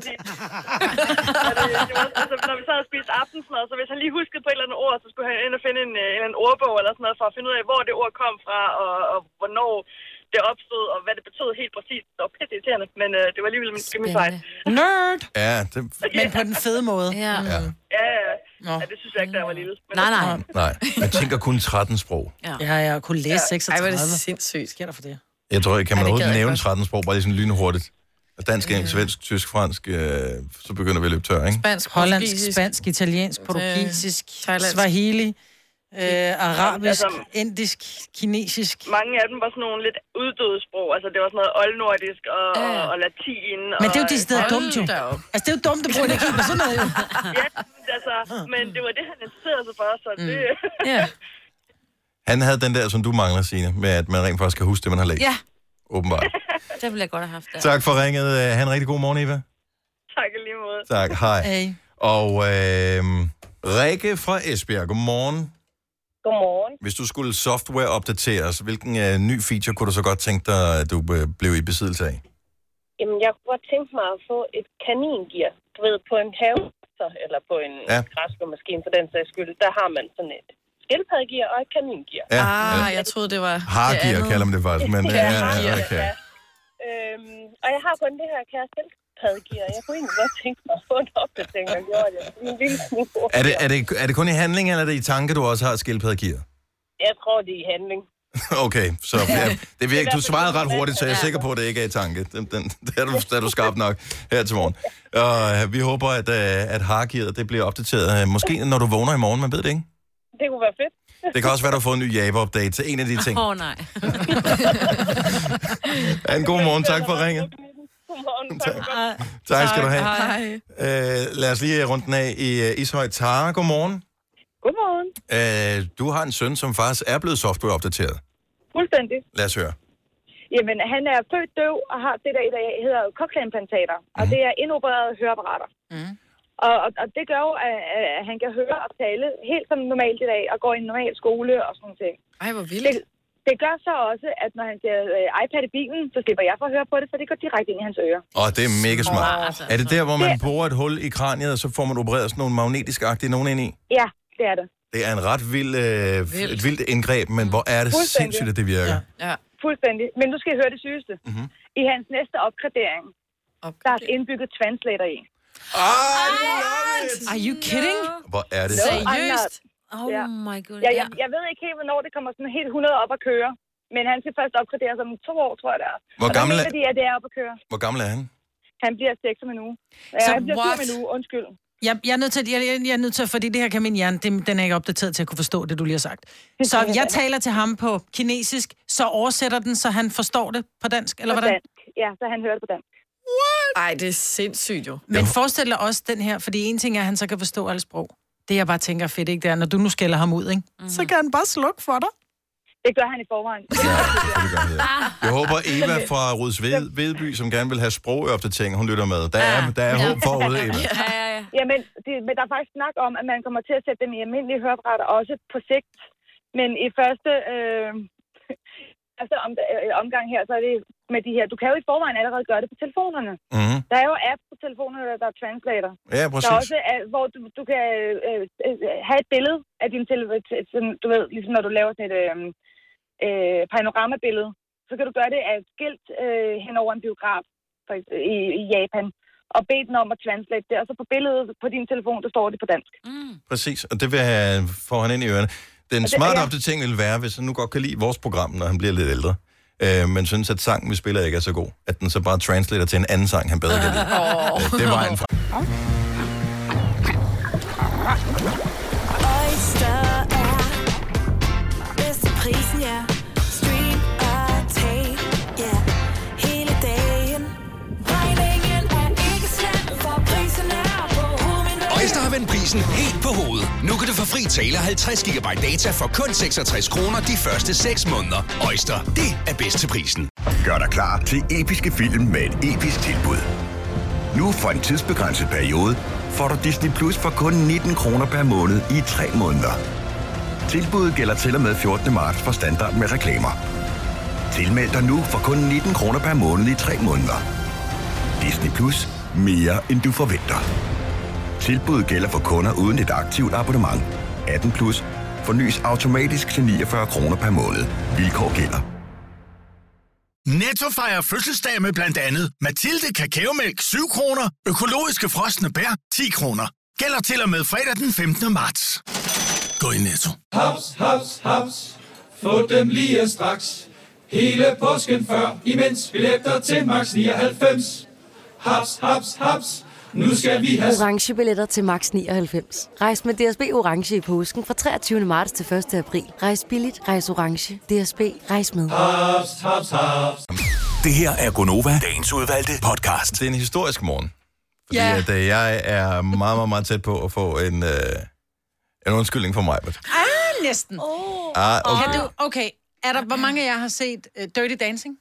Når vi sad og spiste aftensmad, så hvis han lige huskede på et eller andet ord, så skulle han ind og finde en eller anden ordbog eller sådan noget, for at finde ud af, hvor det ord kom fra, og hvornår det opstod, og hvad det betød helt præcis. Det var pisse irriterende, men det var alligevel min fejl. Nerd! Ja, Men på den fede måde. Ja. Ja, det synes jeg ikke, da jeg var lille. Men Nej, man tænker kun 13 sprog. Ja, jeg kunne læse 36. Ej, hvor er det sindssygt. Sker der for det? Jeg tror, kan man overhovedet nævne 13 sprog, bare lige sådan lynhurtigt. Dansk, engelsk, svensk, tysk, fransk, så begynder vi at løbe tør, ikke? Spansk, hollandsk, spansk, italiensk, portugisisk, swahili, arabisk, indisk, kinesisk. Mange af dem var sådan nogle lidt uddøde sprog. Altså, det var sådan noget oldnordisk og latin. Men det er jo de steder dumt, jo. Altså, det er jo dumt, at bruge energi på sådan noget, jo. Ja, altså, men det var det, han interesserede sig for, så det... Han havde den der, som du mangler, Signe, med at man rent faktisk kan huske det, man har læst. Ja. Åbenbart. Det ville jeg godt have haft. Der. Tak for ringet. Ha' en rigtig god morgen, Eva. Tak i lige måde. Tak, hej. Hey. Og Rikke fra Esbjerg, godmorgen. Godmorgen. Hvis du skulle software-opdateres, hvilken ny feature kunne du så godt tænke dig, at du blev i besiddelse af? Jamen, jeg kunne godt tænke mig at få et kaningear. Du ved, på en have, eller på en græskermaskine for den sags skyld, der har man sådan et skildpaddegear og et kaningear. Ja, jeg troede, det var hargear kalder man det faktisk, men okay. Og jeg har kun det her kære skildpaddegear. Jeg kunne egentlig godt tænke mig at få en opdatering, og gjorde det. En lille smule. Er det kun i handling, eller er det i tanke, du også har skildpaddegear? Jeg tror, det er i handling. Okay, så det virker, du svarede ret hurtigt, så jeg er sikker på, at det ikke er i tanke. Der er du skarp nok her til morgen. Og vi håber, at hargearet det bliver opdateret. Måske når du vågner i morgen, man ved det ikke? Det kunne være fedt. Det kan også være, at du har fået en ny Java-update til en af de ting. Nej. En god morgen, tak for ringet. Godmorgen, tak skal du have. Hej. Lad os lige rundt den af i Ishøj. Tara, godmorgen. Godmorgen. Du har en søn, som faktisk er blevet softwareopdateret. Fuldstændig. Lad os høre. Jamen, han er født døv og har det, der hedder cochlea-implantater. Og det er indopererede høreapparater. Og det gør jo, at han kan høre og tale helt som normalt i dag, og går i en normal skole og sådan noget. Ej, hvor vildt. Det gør så også, at når han ser iPad i bilen, så slipper jeg for at høre på det, for det går direkte ind i hans ører. Det er mega smart. Er det der, hvor man borer et hul i kraniet, og så får man opereret sådan nogle magnetisk-agtige nogen ind i? Ja, det er det. Det er en ret et vildt indgreb, men hvor er det sindssygt, at det virker. Ja. Fuldstændig. Men nu skal I høre det sygeste. I hans næste opgradering, der er indbygget translator i. Are you kidding? Hvor er det seriøst? My god. Jeg ved ikke helt, hvornår det kommer sådan helt 100 op at køre. Men han skal først opgraderes om 2 år, tror jeg det er. Hvor gammel er de, at det er op at køre? Hvor gammel er han? Han bliver 6 om en uge. Han bliver 4 om en uge, undskyld. Jeg er nødt til, fordi det her kan min hjerne, den er ikke opdateret til at kunne forstå det, du lige har sagt. Så jeg taler til ham på kinesisk, så oversætter den, så han forstår det på dansk, eller hvordan? Dansk. Ja, så han hører det på dansk. Ej, det er sindssygt jo. Men forestil dig også den her, fordi en ting er, at han så kan forstå alle sprog. Det jeg bare tænker fedt, ikke? Det er, når du nu skælder ham ud, ikke? Så kan han bare slukke for dig. Det gør han i forvejen. Jeg håber, Eva fra Rudsvedby, som gerne vil have sprogopdatering, hun lytter med. Der er håb forude, Eva. Ja, men der er faktisk snak om, at man kommer til at sætte dem i almindelige høreapparater også på sigt. Men i første omgang her, så er det med de her. Du kan jo i forvejen allerede gøre det på telefonerne. Der er jo apps på telefonerne, der er translator. Ja, præcis. Der er også, hvor du kan have et billede af din telefon, du ved, ligesom når du laver sådan et panoramabillede, så kan du gøre det af et skilt hen over en biograf i Japan, og bede den om at translate det, og så på billedet på din telefon, der står det på dansk. Præcis, og det vil få han ind i ørerne. Den smarte opdatering vil være, hvis han nu godt kan lide vores program, når han bliver lidt ældre, men synes, at sangen, vi spiller, ikke er så god, at den så bare translater til en anden sang, han bedre kan lide. Det er vejen fra. Oyster er bedst til prisen, ja. Stream og tag, ja. Hele dagen. Regningen er ikke slem, for prisen er på hovedet. Oyster har vendt prisen helt på hovedet. Nu kan du få fri tale 50 GB data for kun 66 kroner de første 6 måneder. Oyster, det er bedst til prisen. Gør dig klar til episke film med et episk tilbud. Nu for en tidsbegrænset periode får du Disney Plus for kun 19 kroner per måned i 3 måneder. Tilbuddet gælder til og med 14. marts for standard med reklamer. Tilmeld dig nu for kun 19 kroner per måned i 3 måneder. Disney Plus. Mere end du forventer. Tilbuddet gælder for kunder uden et aktivt abonnement. 18 plus. Fornyes automatisk til 49 kroner per måned. Vilkår gælder. Netto fejrer fødselsdag med blandt andet Mathilde Kakaomælk 7 kroner, økologiske frosne bær 10 kroner. Gælder til og med fredag den 15. marts. Gå i Netto. Haps, haps, haps. Få dem lige straks. Hele påsken før, imens billetter til max 99. Haps, haps, haps. Nu skal vi have Orange billetter til max 99. Rejs med DSB Orange i påsken fra 23. marts til 1. april. Rejs billigt, rejs orange. DSB, rejs med. haps, haps, haps. Det her er Gonova, dagens udvalgte podcast. Det er en historisk morgen. Fordi Ja. at, jeg er meget, meget, meget tæt på at få en undskyldning for mig. Næsten. Okay. Okay, hvor mange af jer har set Dirty Dancing?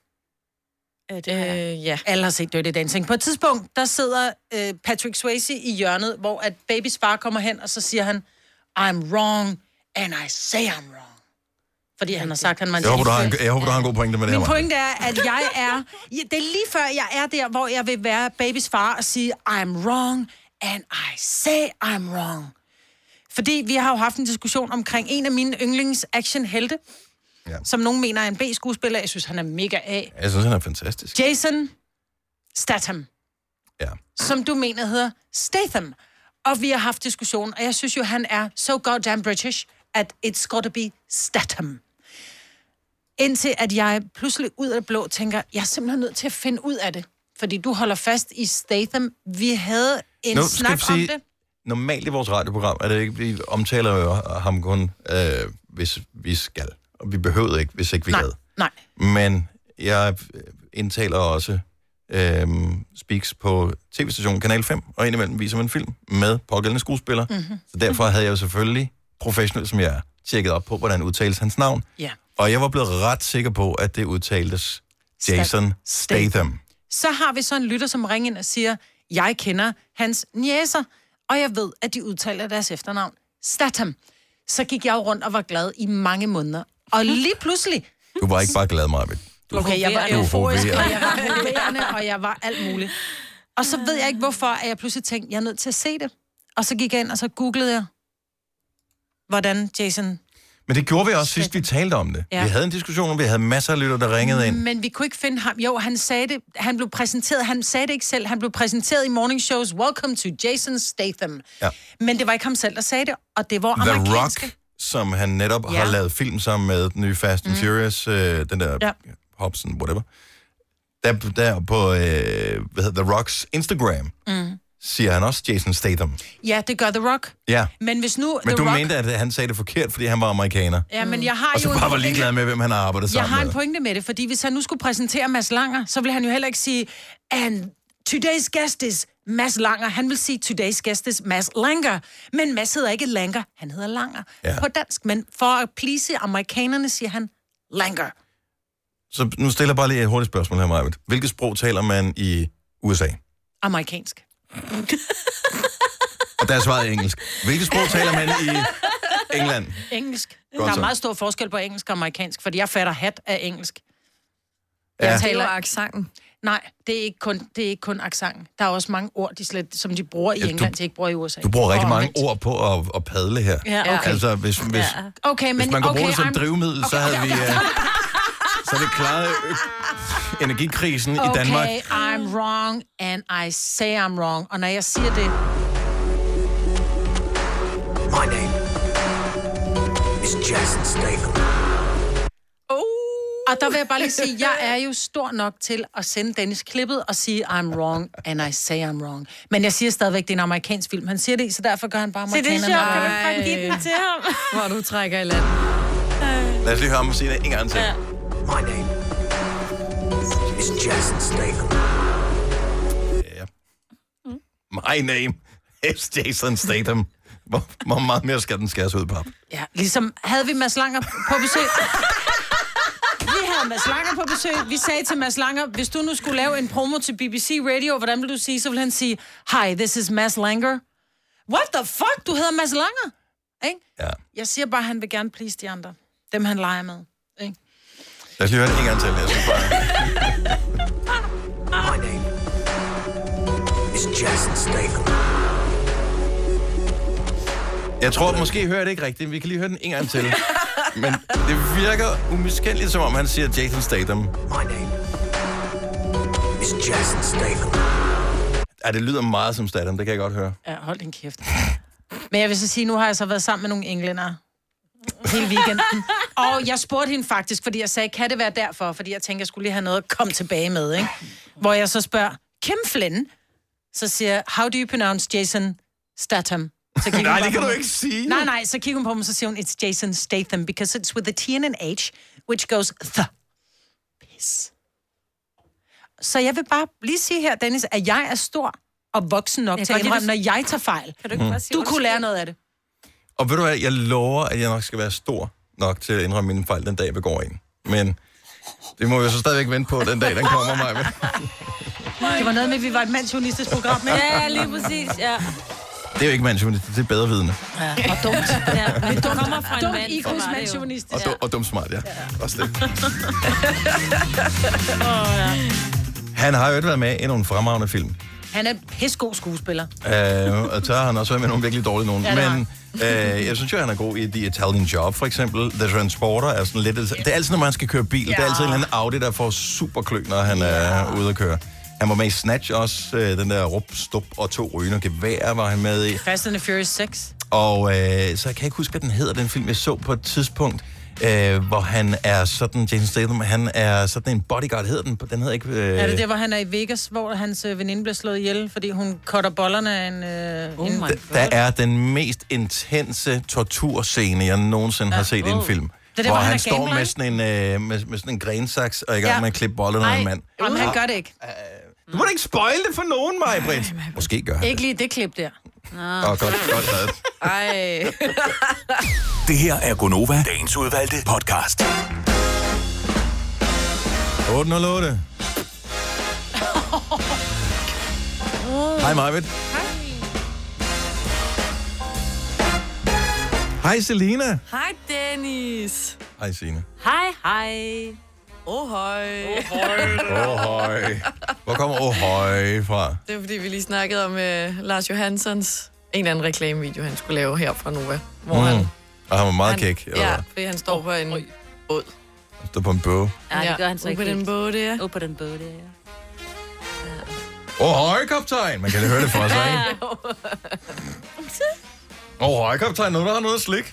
Ja. Alle har set Dirty Dancing. På et tidspunkt, der sidder Patrick Swayze i hjørnet, hvor at babys far kommer hen, og så siger han, I'm wrong, and I say I'm wrong. Fordi han har sagt, han... Jeg håber, du har en god pointe med det her. Min pointe er, at jeg er... Det er lige før, jeg er der, hvor jeg vil være babys far og sige, I'm wrong, and I say I'm wrong. Fordi vi har jo haft en diskussion omkring en af mine yndlings-action-helte, som nogen mener er en B-skuespiller. Jeg synes, han er mega A. Jeg synes, han er fantastisk. Jason Statham. Ja. Som du mener hedder Statham. Og vi har haft diskussion, og jeg synes jo, han er so goddamn British, at it's got to be Statham. Indtil at jeg pludselig ud af det blå tænker, jeg er simpelthen nødt til at finde ud af det. Fordi du holder fast i Statham. Vi havde en snak om det. Normalt i vores radioprogram er det ikke, vi omtaler jo ham kun, hvis vi skal. Og vi behøvede ikke, hvis ikke vi gad. Nej. Men jeg indtaler også speaks på tv-stationen Kanal 5, og indimellem viser man en film med pågældende skuespiller. Mm-hmm. Så derfor havde jeg jo selvfølgelig, professionelt som jeg er, tjekket op på, hvordan udtales hans navn. Ja. Og jeg var blevet ret sikker på, at det udtaltes Jason Statham. Så har vi så en lytter, som ringer ind og siger, jeg kender hans niecer, og jeg ved, at de udtaler deres efternavn Statham. Så gik jeg jo rundt og var glad i mange måneder. Og lige pludselig... Du var ikke bare glad, Marvind. Okay, jeg var euforisk, og jeg var hoverende, og jeg var alt muligt. Og så ved jeg ikke, hvorfor, at jeg pludselig tænkte, jeg er nødt til at se det. Og så gik jeg ind, og så googlede jeg, hvordan Jason... Men det gjorde vi også sidst, vi talte om det. Ja. Vi havde en diskussion, og vi havde masser af lytter, der ringede ind. Men vi kunne ikke finde ham. Jo, han sagde det. Han blev præsenteret. Han sagde det ikke selv. Han blev præsenteret i morning shows. Welcome to Jason Statham. Ja. Men det var ikke ham selv, der sagde det. Og det var amerikanske. The Rock, som han netop har lavet film sammen med, den nye Fast and Furious, den der Hobson, whatever. Der på, The Rocks Instagram, siger han også Jason Statham. Ja, det gør The Rock. Ja. Men hvis nu... Men du mente, at han sagde det forkert, fordi han var amerikaner. Ja, men jeg har og så jo... bare var ligeglad med, hvem han har arbejdet sammen med. Jeg har en pointe med det, fordi hvis han nu skulle præsentere Mads Langer, så ville han jo heller ikke sige, and today's guest is Mads Langer. Han vil sige, today's guest is Mads Langer. Men Mads hedder ikke Langer, han hedder Langer. Ja. På dansk, men for at please amerikanerne, siger han Langer. Så nu stiller jeg bare lige et hurtigt spørgsmål her, Marvind. Hvilket sprog taler man i USA? Amerikansk. Og der er svaret engelsk. Hvilket sprog taler man i England? Engelsk. Godt der så. er meget stor forskel på engelsk og amerikansk, fordi jeg fatter hat af engelsk. Ja. Jeg taler... Det er jo accenten. Nej, det er ikke kun accenten. Der er også mange ord, som de bruger i England, de ikke bruger i USA. Du bruger rigtig mange ord på at padle her. Ja, okay. Altså, hvis okay, men, man kunne bruge det som drivmiddel, så havde vi... Så det klarede energikrisen i Danmark. Okay, I'm wrong, and I say I'm wrong. Og når jeg siger det... My name is Jason Statham. Og der vil jeg bare lige sige, jeg er jo stor nok til at sende Dennis klippet og sige, I'm wrong, and I say I'm wrong. Men jeg siger stadigvæk, det er en amerikansk film. Han siger det, så derfor gør han bare amerikanerne. Så det er sjovt, kan du bare give den til ham? Hvor du trækker i land. Lad os lige høre ham sige det en gang til. My name is Jason Statham. Ja. My name is Jason Statham. Hvor meget mere skal den skæres ud, pap? Ja, ligesom havde vi Mads Langer på besøg. Vi havde Mads Langer på besøg. Vi sagde til Mads Langer, hvis du nu skulle lave en promo til BBC Radio, hvordan vil du sige? Så vil han sige, hi, this is Mads Langer. What the fuck? Du hedder Mads Langer? Ikke? Ja. Jeg siger bare, han vil gerne please de andre. Dem, han leger med. Ikke? Lad os lige høre det en gang til. Jeg synes bare... My name is Jason Statham. Jeg tror, måske hører det ikke rigtigt. Vi kan lige høre den en gang til. Men det virker umiskendeligt, som om han siger Jason Statham. My name is Jason Statham. Ja, det lyder meget som Statham, det kan jeg godt høre. Ja, hold din kæft. Men jeg vil så sige, nu har jeg så været sammen med nogle englænder hele weekenden. Og jeg spurgte hende faktisk, fordi jeg sagde, kan det være derfor? Fordi jeg tænkte, jeg skulle lige have noget at komme tilbage med, ikke? Hvor jeg så spørger, Kim Flynn? Så siger jeg, how do you pronounce Jason Statham? Nej, det kan du ikke sige. Nej, så kigger hun på mig, så siger hun, it's Jason Statham, because it's with a T and an H, which goes the. Piss. Så jeg vil bare lige sige her, Dennis, at jeg er stor og voksen nok til at indrømme, når jeg tager fejl. Kan du ikke bare sige, du kunne lære noget af det. Og ved du hvad, jeg lover, at jeg nok skal være stor nok til at indrømme mine fejl den dag, vi går ind. Men det må vi så stadigvæk vente på, den dag, den kommer mig med. Det var noget med, at vi var et mandsjournalistisk program, ikke? Ja, lige præcis, ja. Det er jo ikke mandsjournalistisk, det er bedrevidende. Ja, og dumt. Ja, men du kommer fra en mand. Dumt IQ's mandsjournalistisk. Og dumt smart, ja. Også det. Han har jo ikke været med i nogle fremragende film. Han er pissegod skuespiller. Og så har han også været med nogle virkelig dårlige nogen. Ja, men jeg synes jo, han er god i The Italian Job, for eksempel. The Transporter er sådan lidt... Det er altid, når man skal køre bil. Ja. Det er altid en eller anden Audi, der får superklø, når han er ude at køre. Han var med i Snatch også. Den der Rup, Stup og 2 rygende gevær var han med i. Fast and the Furious 6. Og så jeg kan ikke huske, hvad den hedder, den film, jeg så på et tidspunkt. Hvor han er sådan, Jason Statham, han er sådan en bodyguard, hedder den? Den hedder ikke... Er det der, hvor han er i Vegas, hvor hans veninde bliver slået ihjel, fordi hun cutter bollerne af en... Der er den mest intense torturscene, jeg nogensinde har set i en film. Det hvor han står med sådan en, med sådan en grensaks og er i gang med at klippe bollerne af en mand. Jamen, han gør det ikke. Du må da ikke spoil det for nogen, Maj-Brit. Måske gør han ikke lige det klip der. Godt taget. Ej. Det her er Gonova, dagens udvalgte podcast. 808. Hej, Maj-Brit. Hej, Selina. Hej, Dennis. Hej, Signe. Hej. Ohøj. Hvor kommer ohøj fra? Det er, fordi vi lige snakkede om Lars Johanssons en eller anden reklamevideo, han skulle lave her fra Nova. Hvor og han var meget kæk. Ja, fordi han står på en båd. Han står på en båd. Ja, det gør han så ikke. På den båd, ja. På den båd, ja. Ohøj, kaptajn. Man kan det høre det for sig, ikke? Ohøj, kaptajn. Noget, der har noget at slik.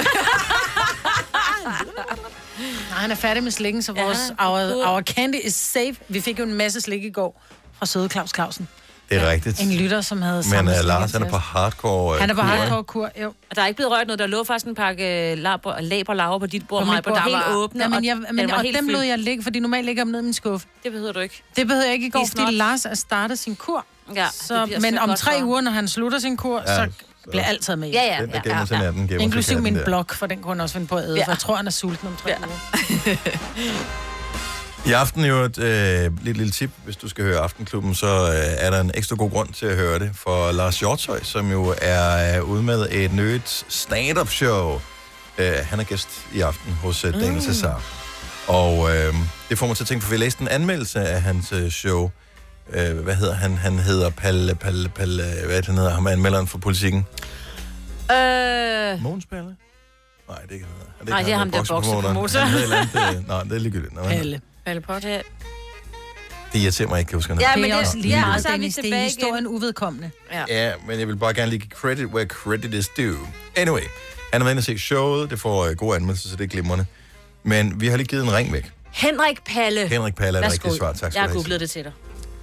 Nej, han er færdig med slikken, så vores our candy is safe. Vi fik jo en masse slik i går fra søde Claus Clausen. Det er rigtigt. En lytter, som havde men Lars, han er på hardcore Han er på hardcore-kur, jo. Og der er ikke blevet rørt noget. Der lå faktisk en pakke laver på dit bord, Maja, på der helt åbne. Ja, og dem lod jeg ligge, fordi normalt ligger jeg ned i min skuffe. Det behøver du ikke. Det behøver jeg ikke i går, fordi Lars er startet sin kur. Ja, men om 3 uger, når han slutter sin kur, så bliver alt taget med. Ja. Den, der gemmer til natten, gemmer inklusiv min blog, for den kunne han også finde på at æde, for jeg tror, han er sulten om 3 uger. I aften jo et lille tip, hvis du skal høre Aftenklubben, så er der en ekstra god grund til at høre det for Lars Hjortshøj, som jo er ude med et nyt stand-up show. Han er gæst i aften hos Daniel Cesar. Og det får mig til at tænke, for vi læste en anmeldelse af hans show. Hvad hedder han? Han hedder Palle, hvad han hedder? Ham er anmelderen for Politikken. Mogens Palle? Nej, det er ikke han. Nej, det er ham, der bokser på motor. Nej, det er ligegyldigt. Palle Potter. Det irriterer mig ikke, kan huske. Ja, men det er også lige meget, Dennis. Det er historien uvedkommende. Ja, men jeg vil bare gerne lige give credit where credit is due. Anyway, han har været inde og se showet. Det får gode anmeldelser, så det er glimrende. Men vi har lige givet en ring væk. Henrik Palle er det rigtige svar. Tak skal du have. Jeg har googlet det til dig.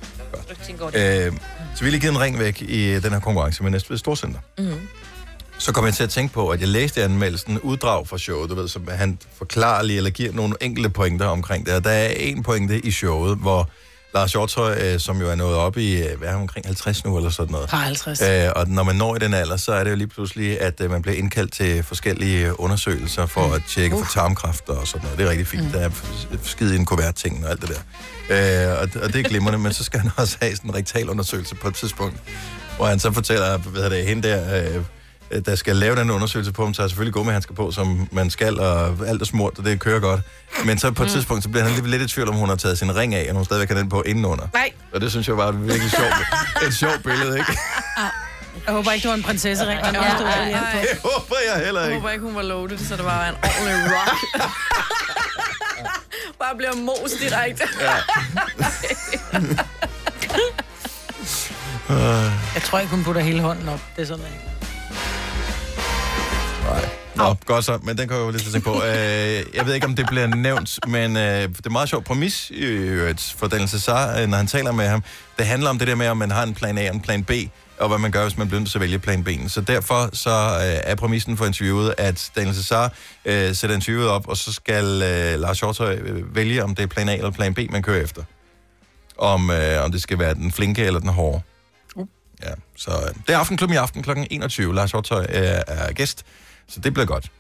Så vi har lige givet en ring væk i den her konkurrence med Næstved Storcenter. Mm-hmm. Så kom jeg til at tænke på, at jeg læste anmeldelsen uddrag fra showet, du ved, så han forklarer lige, eller giver nogle enkelte pointer omkring det. Og der er en pointe i showet, hvor Lars Hjortshøj, som jo er nået op i, hvad er han, omkring 50 nu, eller sådan noget. 50. Og når man når i den alder, så er det jo lige pludselig, at man bliver indkaldt til forskellige undersøgelser for at tjekke for tarmkræft og sådan noget. Det er rigtig fint. Der er skid i en kuvert-ting og alt det der. Og det er glimrende, men så skal han også have sådan en rektal undersøgelse på et tidspunkt, hvor han så fortæller, hende der skal lave den undersøgelse på ham, så er selvfølgelig gummihandsker på, som man skal, og alt er smurt, og det kører godt. Men så på et tidspunkt, så bliver han lidt i tvivl, om hun har taget sin ring af, og hun stadigvæk har den på indenunder. Nej. Og det synes jeg var et virkelig sjovt billede, ikke? Jeg håber ikke, du var en prinsessering. Det håber jeg heller ikke. Jeg håber ikke, hun var loaded, så det var en ordentlig rock. Bare bliver mos direkte. Jeg tror ikke, hun putter hele hånden op. Det er sådan, ikke. Nej. Nå, godt så, men den kan jeg jo lidt tænke på. Jeg ved ikke, om det bliver nævnt, men det er meget sjovt præmis for Daniel Cesar, når han taler med ham. Det handler om det der med, om man har en plan A og en plan B, og hvad man gør, hvis man bliver nødt til at vælge plan B. Så derfor så er præmissen for interviewet, at Daniel Cesar sætter interviewet op, og så skal Lars Hjortøj vælge, om det er plan A eller plan B, man kører efter. Om det skal være den flinke eller den hårde. Ja, så det er Aftenklubben i aften kl. 21. Lars Hjortøj er gæst, så det bliver godt.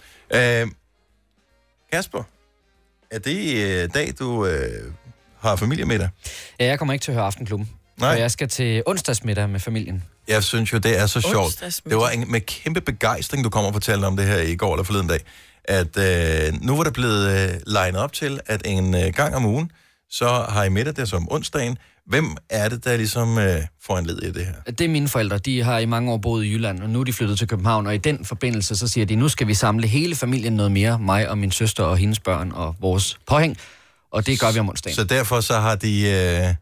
Kasper, er det dag, du har familiemiddag? Ja, jeg kommer ikke til at høre Aftenklubben. Nej. Og jeg skal til onsdagsmiddag med familien. Jeg synes jo, det er så sjovt. Det var med kæmpe begejstring, du kommer og fortalte om det her i går eller forleden dag, at nu var der blevet legnet op til, at en gang om ugen, så har I middag der som onsdagen. Hvem er det, der ligesom foranleder i det her? Det er mine forældre. De har i mange år boet i Jylland, og nu er de flyttet til København. Og i den forbindelse, så siger de, nu skal vi samle hele familien noget mere. Mig og min søster og hendes børn og vores påhæng. Og det gør vi om onsdagen. Så derfor så har de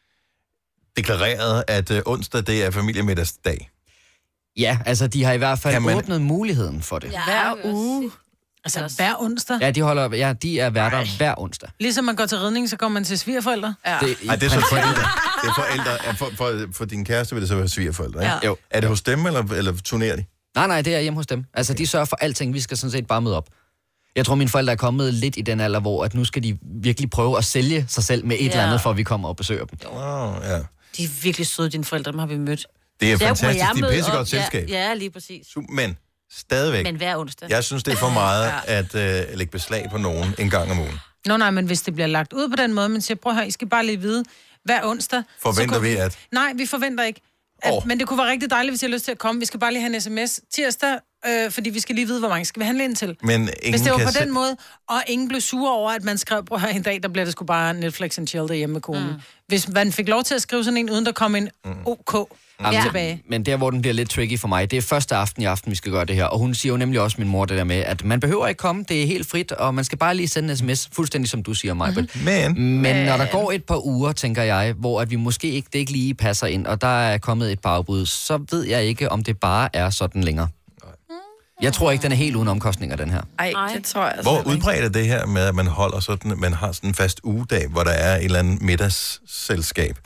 deklareret, at onsdag, det er familiemiddagsdag. Ja, altså de har i hvert fald åbnet muligheden for det. Ja, hver uge. Altså hver onsdag? Ja, de er værter hver onsdag. Ligesom man går til ridning, så går man til svigerforældre? Ja. Nej, det er så forældre. Det er forældre. For din kæreste vil det så være svigerforældre, ikke? Ja. Jo. Er det hos dem, eller turnerer de? Nej, det er hjemme hos dem. Altså, de sørger for alting. Vi skal sådan set bare møde op. Jeg tror, mine forældre er kommet lidt i den alder, hvor at nu skal de virkelig prøve at sælge sig selv med et eller andet, for at vi kommer og besøger dem. Ja. De er virkelig søde, dine forældre, dem har vi mødt. Det er fantastisk. De er pissegodt selskab. Ja, lige præcis. Men stadigvæk. Men hver onsdag. Jeg synes, det er for meget at lægge beslag på nogen en gang om ugen. Nej, men hvis det bliver lagt ud på den måde, man siger, prøv her, I skal bare lige vide, hver onsdag... Forventer vi at... Nej, vi forventer ikke. Men det kunne være rigtig dejligt, hvis I har lyst til at komme. Vi skal bare lige have en sms tirsdag, fordi vi skal lige vide, hvor mange skal vi handle ind til. Men hvis det var på den måde, og ingen blev sure over, at man skrev, prøv her en dag, der bliver det sgu bare Netflix and chill derhjemme med konen. Hvis man fik lov til at skrive sådan en, uden der kom en OK tilbage. Men der, hvor den bliver lidt tricky for mig, det er første aften i aften, vi skal gøre det her. Og hun siger jo nemlig også, min mor, det der med, at man behøver ikke komme, det er helt frit, og man skal bare lige sende en sms, fuldstændig som du siger, Majbert. Men når der går et par uger, tænker jeg, hvor at vi måske ikke, det ikke lige passer ind, og der er kommet et par afbud, så ved jeg ikke, om det bare er sådan længere. Jeg tror ikke, den er helt uden omkostninger, den her. Ej, det tror jeg altså. Hvor udbredt er det her med, at man holder sådan, man har sådan en fast ugedag, hvor der er et eller andet middagsselskab?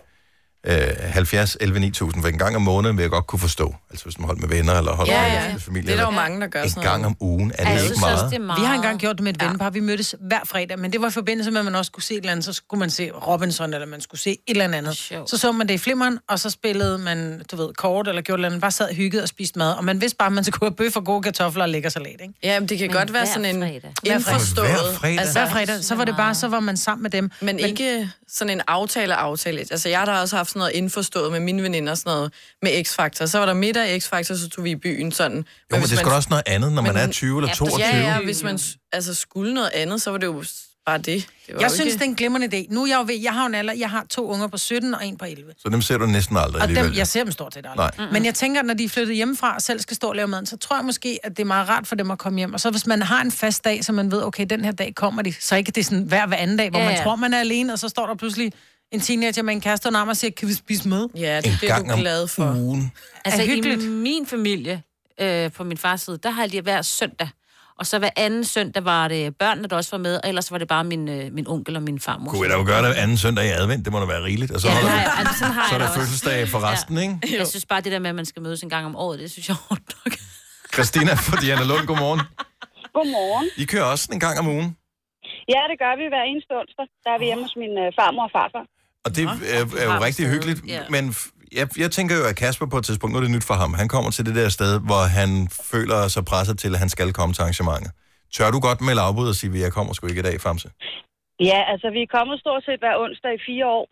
70, 11, 9000, for en gang om måneden vil jeg godt kunne forstå. Altså hvis man holder med venner eller holder med familie. Det er der jo mange, der gør sådan en gang om ugen, er det ikke meget? Vi har engang gjort det med et vennepar. Vi mødtes hver fredag, men det var i forbindelse med, at man også skulle se et eller andet. Så skulle man se Robinson, eller man skulle se et eller andet. Så man det i flimmeren, og så spillede man, kort eller gjorde et eller andet. Bare sad hygget og spiste mad. Og man vidste bare, at man skulle have bøf og gode kartofler og lækker salat, ikke? Ja, men det kan godt være sådan en indforstået. Hver fredag. Så var det bare, så var man sammen med dem. Men ikke sådan en aftale. Altså jeg har da også haft sådan noget indforstået med mine veninder, sådan noget med X-Factor. Så var der middag X-Factor, så tog vi i byen sådan. Jo, men det er sgu da også noget andet, når man er 20 eller 22. Ja, hvis man skulle noget andet, så var det jo bare det. Jeg synes, det er en glimrende idé. Nu er jeg jo ved, jeg har en alder, jeg har 2 unger på 17 og en på 11. Så dem ser du næsten aldrig alligevel. Og jeg ser dem stort set aldrig. Men jeg tænker, når de er flyttet hjemmefra og selv skal stå og lave maden, så tror jeg måske, at det er meget rart for dem at komme hjem. Og så hvis man har en fast dag, så man ved, okay, den her dag kommer de, så ikke det er sådan hver anden dag, hvor man tror, man er alene, og så står der pludselig en teenager med en kæreste og og siger, kan vi spise mad? Ja, det bliver du glad for. Ugen. Altså i min familie, på min fars side, der har jeg hver søndag. Og så hver anden søndag var det børnene, der også var med, og ellers var det bare min onkel og min farmor. Kunne jeg da jo gøre det anden søndag i advent, det må da være rigeligt. Og så, så er der fødselsdag for resten, ikke? Jeg synes bare, det der med, at man skal mødes en gang om året, det synes jeg er hårdt nok. Christina fra Dianalund, godmorgen. Godmorgen. I kører også en gang om ugen? Ja, det gør vi hver eneste onsdag. Der er vi hjemme hos min farmor og farfar. Og det er jo rigtig hyggeligt, men jeg tænker jo, at Kasper på et tidspunkt, nu er det nyt for ham, han kommer til det der sted, hvor han føler sig presset til, at han skal komme til arrangementet. Tør du godt melde afbud og sige, at jeg kommer sgu ikke i dag, Famse? Ja, altså vi er kommet stort set hver onsdag i 4 år.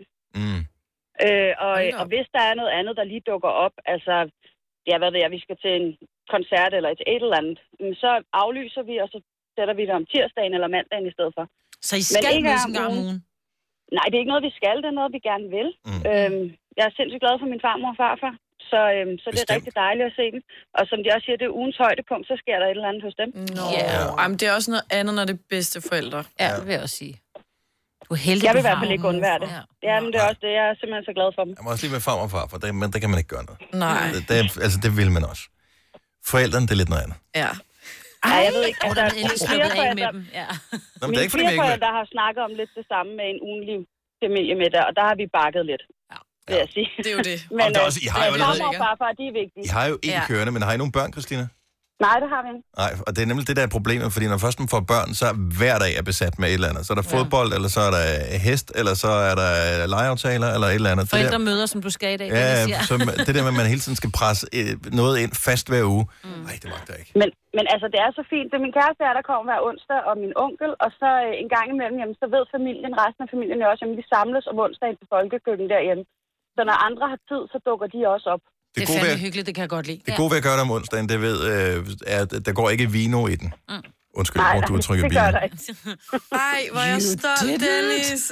Og hvis der er noget andet, der lige dukker op, altså, vi skal til en koncert eller et eller andet, så aflyser vi, og så sætter vi det om tirsdagen eller mandagen i stedet for. Så I skal mødes en gang om ugen? Nej, det er ikke noget, vi skal. Det er noget, vi gerne vil. Jeg er sindssygt glad for min farmor og farfar, så det er rigtig dejligt at se dem. Og som de også siger, det er ugens højdepunkt, så sker der et eller andet hos dem. Men det er også noget andet, når det er bedste forældre. Ja, det vil jeg også sige. Du er heldig, jeg vil du i hvert har fald ikke dem. undvære det. Ja, men det er også det. Jeg er simpelthen så glad for dem. Jeg må også lige være farmor og farfar, men der kan man ikke gøre noget. Nej. Det vil man også. Forældrene, det er lidt noget andet. Ja. Ej, jeg ved ikke. Altså, Endelig sluppet af med dem. Ja. Nå, men det er ikke, fordi vi ikke vil. der har snakket om lidt det samme med en ugenlig familie med der, og der har vi bakket lidt. Vil jeg sige. Det er jo det. Men der er også, I har jo allerede... farmor og farfar, de er vigtige. I har jo en kørende, men har I nogle børn, Christina? Nej, det har vi ikke. Nej, og det er nemlig det, der er problemet, fordi når først man får børn, så er hver dag er besat med et eller andet. Så er der fodbold, eller så er der hest, eller så er der legeaftaler, eller et eller andet. Forældremøder, som du skal i dag. Så det der med, at man hele tiden skal presse noget ind fast hver uge. Nej, det magter jeg ikke. Men altså, det er så fint. Det er min kæreste, der kommer hver onsdag, og min onkel, og så en gang imellem, jamen, så ved familien, resten af familien jo også, at vi samles om onsdagen på folkekøkken derhjemme. Så når andre har tid, så dukker de også op. Det er fandme hyggeligt, det kan jeg godt lide. Det gode ved at gøre det om onsdagen, det ved, er, at der går ikke vino i den. Undskyld, Nej, du har trykket det vino. gør der ikke. Ej, hvor er jeg stolt, Dennis.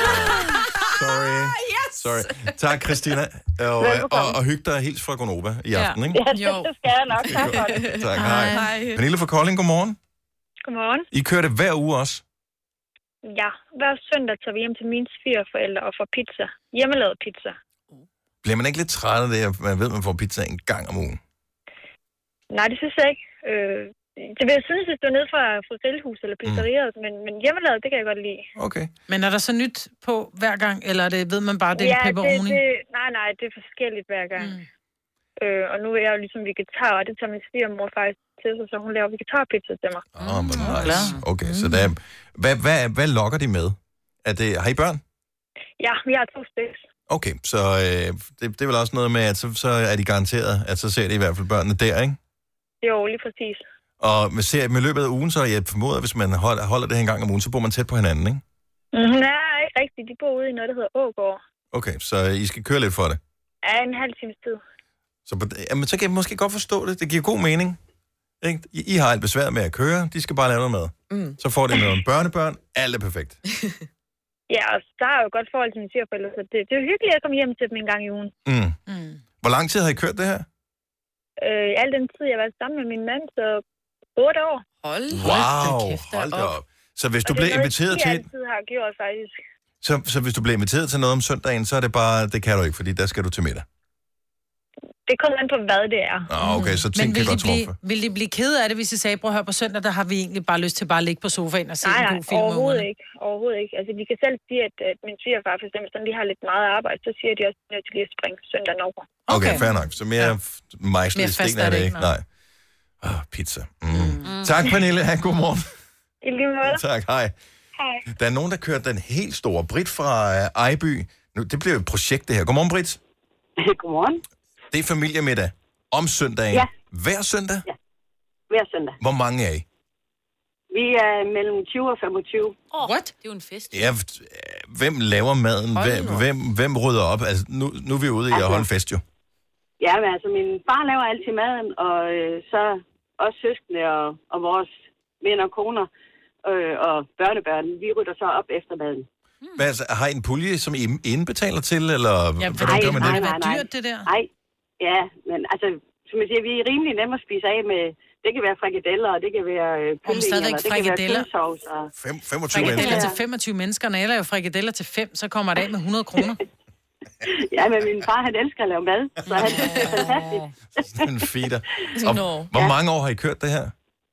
Sorry. Tak, Christina. Og hyg dig helt fra Gonova i aften, ikke? Ja, det skal jeg nok. Tak for det. Tak, hej. Pernille fra Kolding, godmorgen. Godmorgen. I kører det hver uge også? Ja, hver søndag tager vi hjem til mine svigerforældre og får pizza. Hjemmelavet pizza. Bliver man ikke lidt træt af det, at man ved, at man får pizza en gang om ugen? Nej, det synes jeg ikke. Det vil jeg synes, hvis du er nede fra grillhus eller pizzeria, men hjemmelavet, det kan jeg godt lide. Okay. Men er der så nyt på hver gang, eller ved man bare, det er pepperoni? Nej, det er forskelligt hver gang. Og nu er jeg jo ligesom vegetar, og det tager min svigermor faktisk til sig, så hun laver vegetarpizza til mig. Nice. Okay, så der, hvad lokker de med? Har I børn? Ja, vi har 2 stykker. Okay, så det er vel også noget med, at så er de garanteret, at så ser de i hvert fald børnene der, ikke? Jo, lige præcis. Og med løbet af ugen, så jeg formoder, hvis man holder det her en gang om ugen, så bor man tæt på hinanden, ikke? Nej, ikke rigtigt. De bor ude i noget, der hedder Ågård. Okay, så I skal køre lidt for det? Ja, en halv times tid. Så kan jeg måske godt forstå det. Det giver god mening. Ikke? I har alt besvær med at køre, de skal bare lave noget mad. Så får de nogle børnebørn, alt er perfekt. Ja, og der er jo godt forhold til mine svigerforældre, så det er jo hyggeligt at komme hjem til dem en gang i ugen. Hvor lang tid har I kørt det her? Al den tid, jeg har været sammen med min mand, så 8 år. Hold da op. Så hvis du bliver inviteret til... Det er altid har gjort, faktisk. Så hvis du bliver inviteret til noget om søndagen, så er det bare, det kan du ikke, fordi der skal du til middag. Det kommer an på, hvad det er. Okay, så ting kan godt trumfe. Vil de blive ked af det, hvis I sagde, prøv at høre, på søndag, der har vi egentlig bare lyst til bare at ligge på sofaen og se en god film? Overhovedet ikke. Overhovedet ikke. Altså, de kan selv sige, at min svigerfar, for eksempel, sådan, de har lidt meget arbejde, så siger de også, at de lige at springe søndagen over. Okay, fair nok. Så mere mejslet i sten er det ikke. Nej. Pizza. Tak, Pernille. Ha' god morgen. I lige måde. Tak, hej. Hej. Der er nogen, der kører den helt store. Britt fra Ejby. Nu, det bliver jo et projekt, det her. Godmorgen, Britt. Godmorgen. Det er familiemiddag om søndagen. Ja. Hver søndag? Ja, hver søndag. Hvor mange er I? Vi er mellem 20 og 25. What? Det er jo en fest. Ja, hvem laver maden? Hvem rydder op? Altså, nu er vi ude i at holde fest, jo. Ja, men altså, min far laver altid maden, og så også søskende og vores venner og koner og børnebørn, vi rydder så op efter maden. Men altså, har I en pulje, som I indbetaler til, eller hvordan gør man det? Nej. Dyrt, det der? Nej, ja, men altså, som jeg siger, vi er rimelig nemme at spise af med, det kan være frikadeller, og det kan være kylling, eller det kan være kødsovs. 25 frikadeller til 25 mennesker, når jeg laver frikadeller til 5, så kommer det af med 100 kroner. Ja, men min far, han elsker at lave mad, så han synes, det er fantastisk. Sådan en feeder. Hvor mange år har I kørt det her?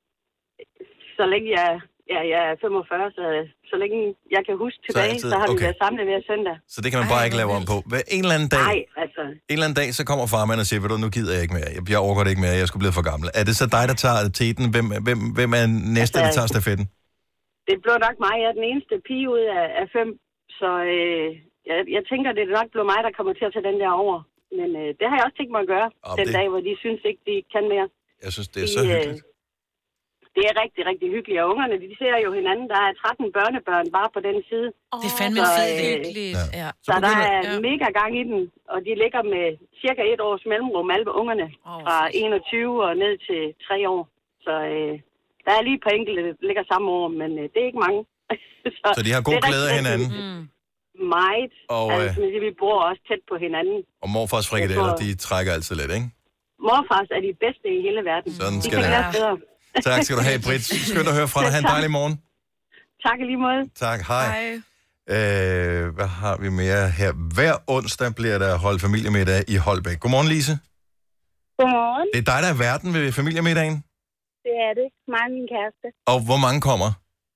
Så længe jeg er 45, så længe jeg kan huske tilbage, så har vi været samlet hver søndag. Så det kan man bare ikke lave om på. En eller anden dag, en eller anden dag, så kommer farmand og siger, ved du, nu gider jeg ikke mere. Jeg overgår det ikke mere, jeg skulle blive for gammel. Er det så dig, der tager teten? Hvem er næste, der tager stafetten? Det blev nok mig. Jeg er den eneste pige ud af 5, så jeg tænker, det er nok blevet mig, der kommer til at tage den der over. Men det har jeg også tænkt mig at gøre, den dag, hvor de synes ikke, de kan mere. Jeg synes, det er så hyggeligt. Det er rigtig, rigtig hyggeligt. Og ungerne, de ser jo hinanden. Der er 13 børnebørn bare på den side. Det er fandme hyggeligt. Ja. Så der er mega gang i den. Og de ligger med cirka 1 års mellemrum, alle ungerne. Fra 21 og ned til 3 år. Så der er lige et par enkelte, der ligger samme år, men det er ikke mange. så de har god glæde af hinanden? Meget. Og, altså, vi bor også tæt på hinanden. Og morfars frikadeller, de trækker altid lidt, ikke? Morfars er de bedste i hele verden. Sådan skal det være. Tak skal du have, Britt. Skønt at høre fra dig. Ha' en dejlig morgen. Tak i lige måde. Tak, hej. Hvad har vi mere her? Hver onsdag bliver der holdt familiemiddag i Holbæk. Godmorgen, Lise. Godmorgen. Det er dig, der er verden ved familiemiddagen. Det er det. Mig og min kæreste. Og hvor mange kommer?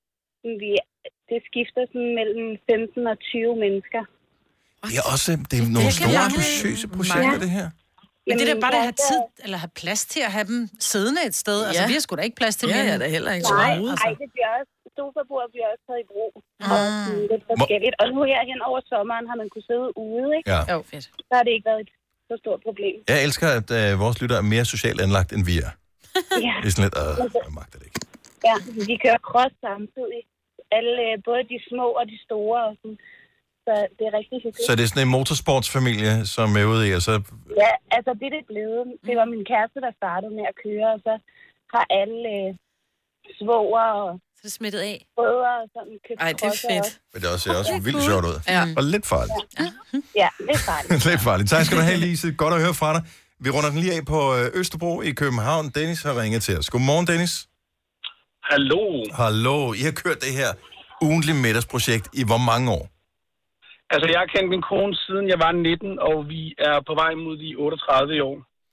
Det skifter sådan mellem 15 og 20 mennesker. Det er nogle store ambitiøse projekter, det her. Men det er da bare at have tid, eller have plads til at have dem siddende et sted. Altså, vi har sgu da ikke plads til mere. Ja, det er heller ikke så meget. Nej, det bliver også, sofabordet bliver også taget i brug. Og lidt forskelligt. Og nu her hen over sommeren har man kunne sidde ude, ikke? Ja. Jo, fedt. Så har det ikke været et så stort problem. Jeg elsker, at vores lytter er mere socialt anlagt, end vi er. Ja. Det er sådan lidt, jeg magter det ikke. Ja, de kører cross samtidig. Alle, både de små og de store og sådan. Så det er rigtig hyggeligt. Så det er sådan en motorsportsfamilie, som er ude i, og så... Ja, altså det er blevet. Det var min kæreste, der startede med at køre, og så har alle svoger og... Så det smittet af. Brødre og sådan købt. Ej, det er fedt. Men det ser også vildt sjovt ud. Ja. Og lidt farligt. Ja, lidt farligt. Lidt farligt. Tak skal du have, Lise. Godt at høre fra dig. Vi runder den lige af på Østerbro i København. Dennis har ringet til os. Godmorgen, Dennis. Hallo. Hallo. I har kørt det her ugentlige middagsprojekt i hvor mange år? Altså, jeg har kendt min kone siden jeg var 19, og vi er på vej mod de 38 i år.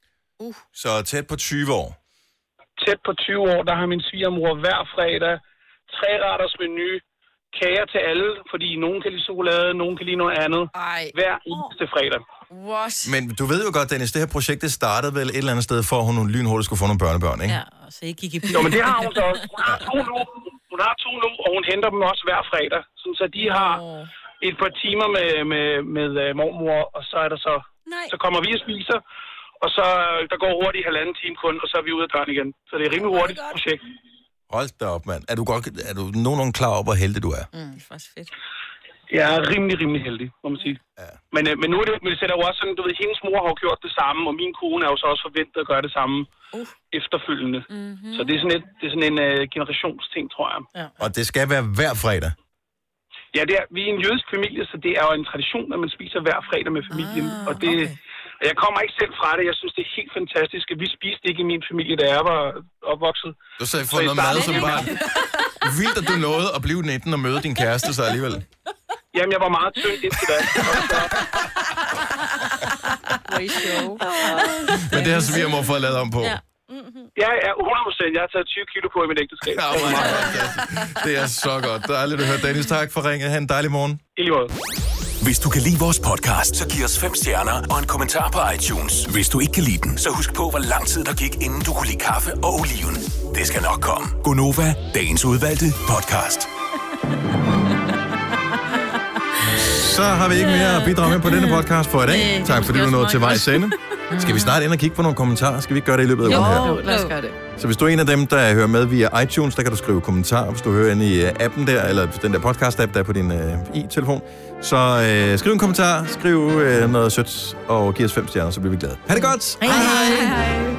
Så tæt på 20 år? Tæt på 20 år, der har min svigermor hver fredag 3-retters menu, kager til alle, fordi nogen kan lide chokolade, nogen kan lide noget andet. Hver eneste fredag. What? Men du ved jo godt, Dennis, det her projekt det startede vel et eller andet sted, for at hun lynhurtigt skulle få nogle børnebørn, ikke? Ja, og så ikke gik i byen. Jo, men det har hun så også. Hun har to nu, og hun henter dem også hver fredag. Så de har et par timer med mormor, og så er der så kommer vi og spiser, og så der går hurtigt 1,5 time kun, og så er vi ude af døren igen. Så det er et rimelig hurtigt projekt. Hold da op, mand. Er du nogenlunde klar over, hvor heldig du er? Det er faktisk fedt. Jeg er rimelig heldig, må man sige. Ja. Men nu er det jo også sådan, du ved, hendes mor har jo gjort det samme, og min kone er jo så også forventet at gøre det samme efterfølgende. Mm-hmm. Så det er sådan en generationsting, tror jeg. Ja. Og det skal være hver fredag? Ja, vi er en jødisk familie, så det er jo en tradition, at man spiser hver fredag med familien. Og det, jeg kommer ikke selv fra det. Jeg synes, det er helt fantastisk. Vi spiste ikke i min familie, da jeg var opvokset. Du sagde for noget mad som barn. Vildt, at du nåede at blive 19 og møde din kæreste så alligevel. Jamen, jeg var meget tynd indtil da. Men det har svigermor fået lavet om på. Ja. Ja, 100%. Jeg har taget 20 kilo på i mit ægteskab. Det er så godt. Dejligt at høre, Dennis. Tak for ringet. Ha' en dejlig morgen. I lige måde. Hvis du kan lide vores podcast, så giv os 5 stjerner og en kommentar på iTunes. Hvis du ikke kan lide den, så husk på, hvor lang tid der gik, inden du kunne lide kaffe og oliven. Det skal nok komme. Gonova, dagens udvalgte podcast. Så har vi ikke mere at bidrage med på denne podcast for i dag. Tak fordi du nåede til vejs ende. Skal vi snart ind og kigge på nogle kommentarer? Skal vi ikke gøre det i løbet af ugen her? Jo, lad os gøre det. Så hvis du er en af dem, der hører med via iTunes, der kan du skrive kommentarer. Hvis du hører inde i appen der, eller den der podcast-app, der er på din i-telefon, så skriv en kommentar, skriv noget sødt, og giv os 5 stjerner, så bliver vi glade. Ha' det godt! Hej hej!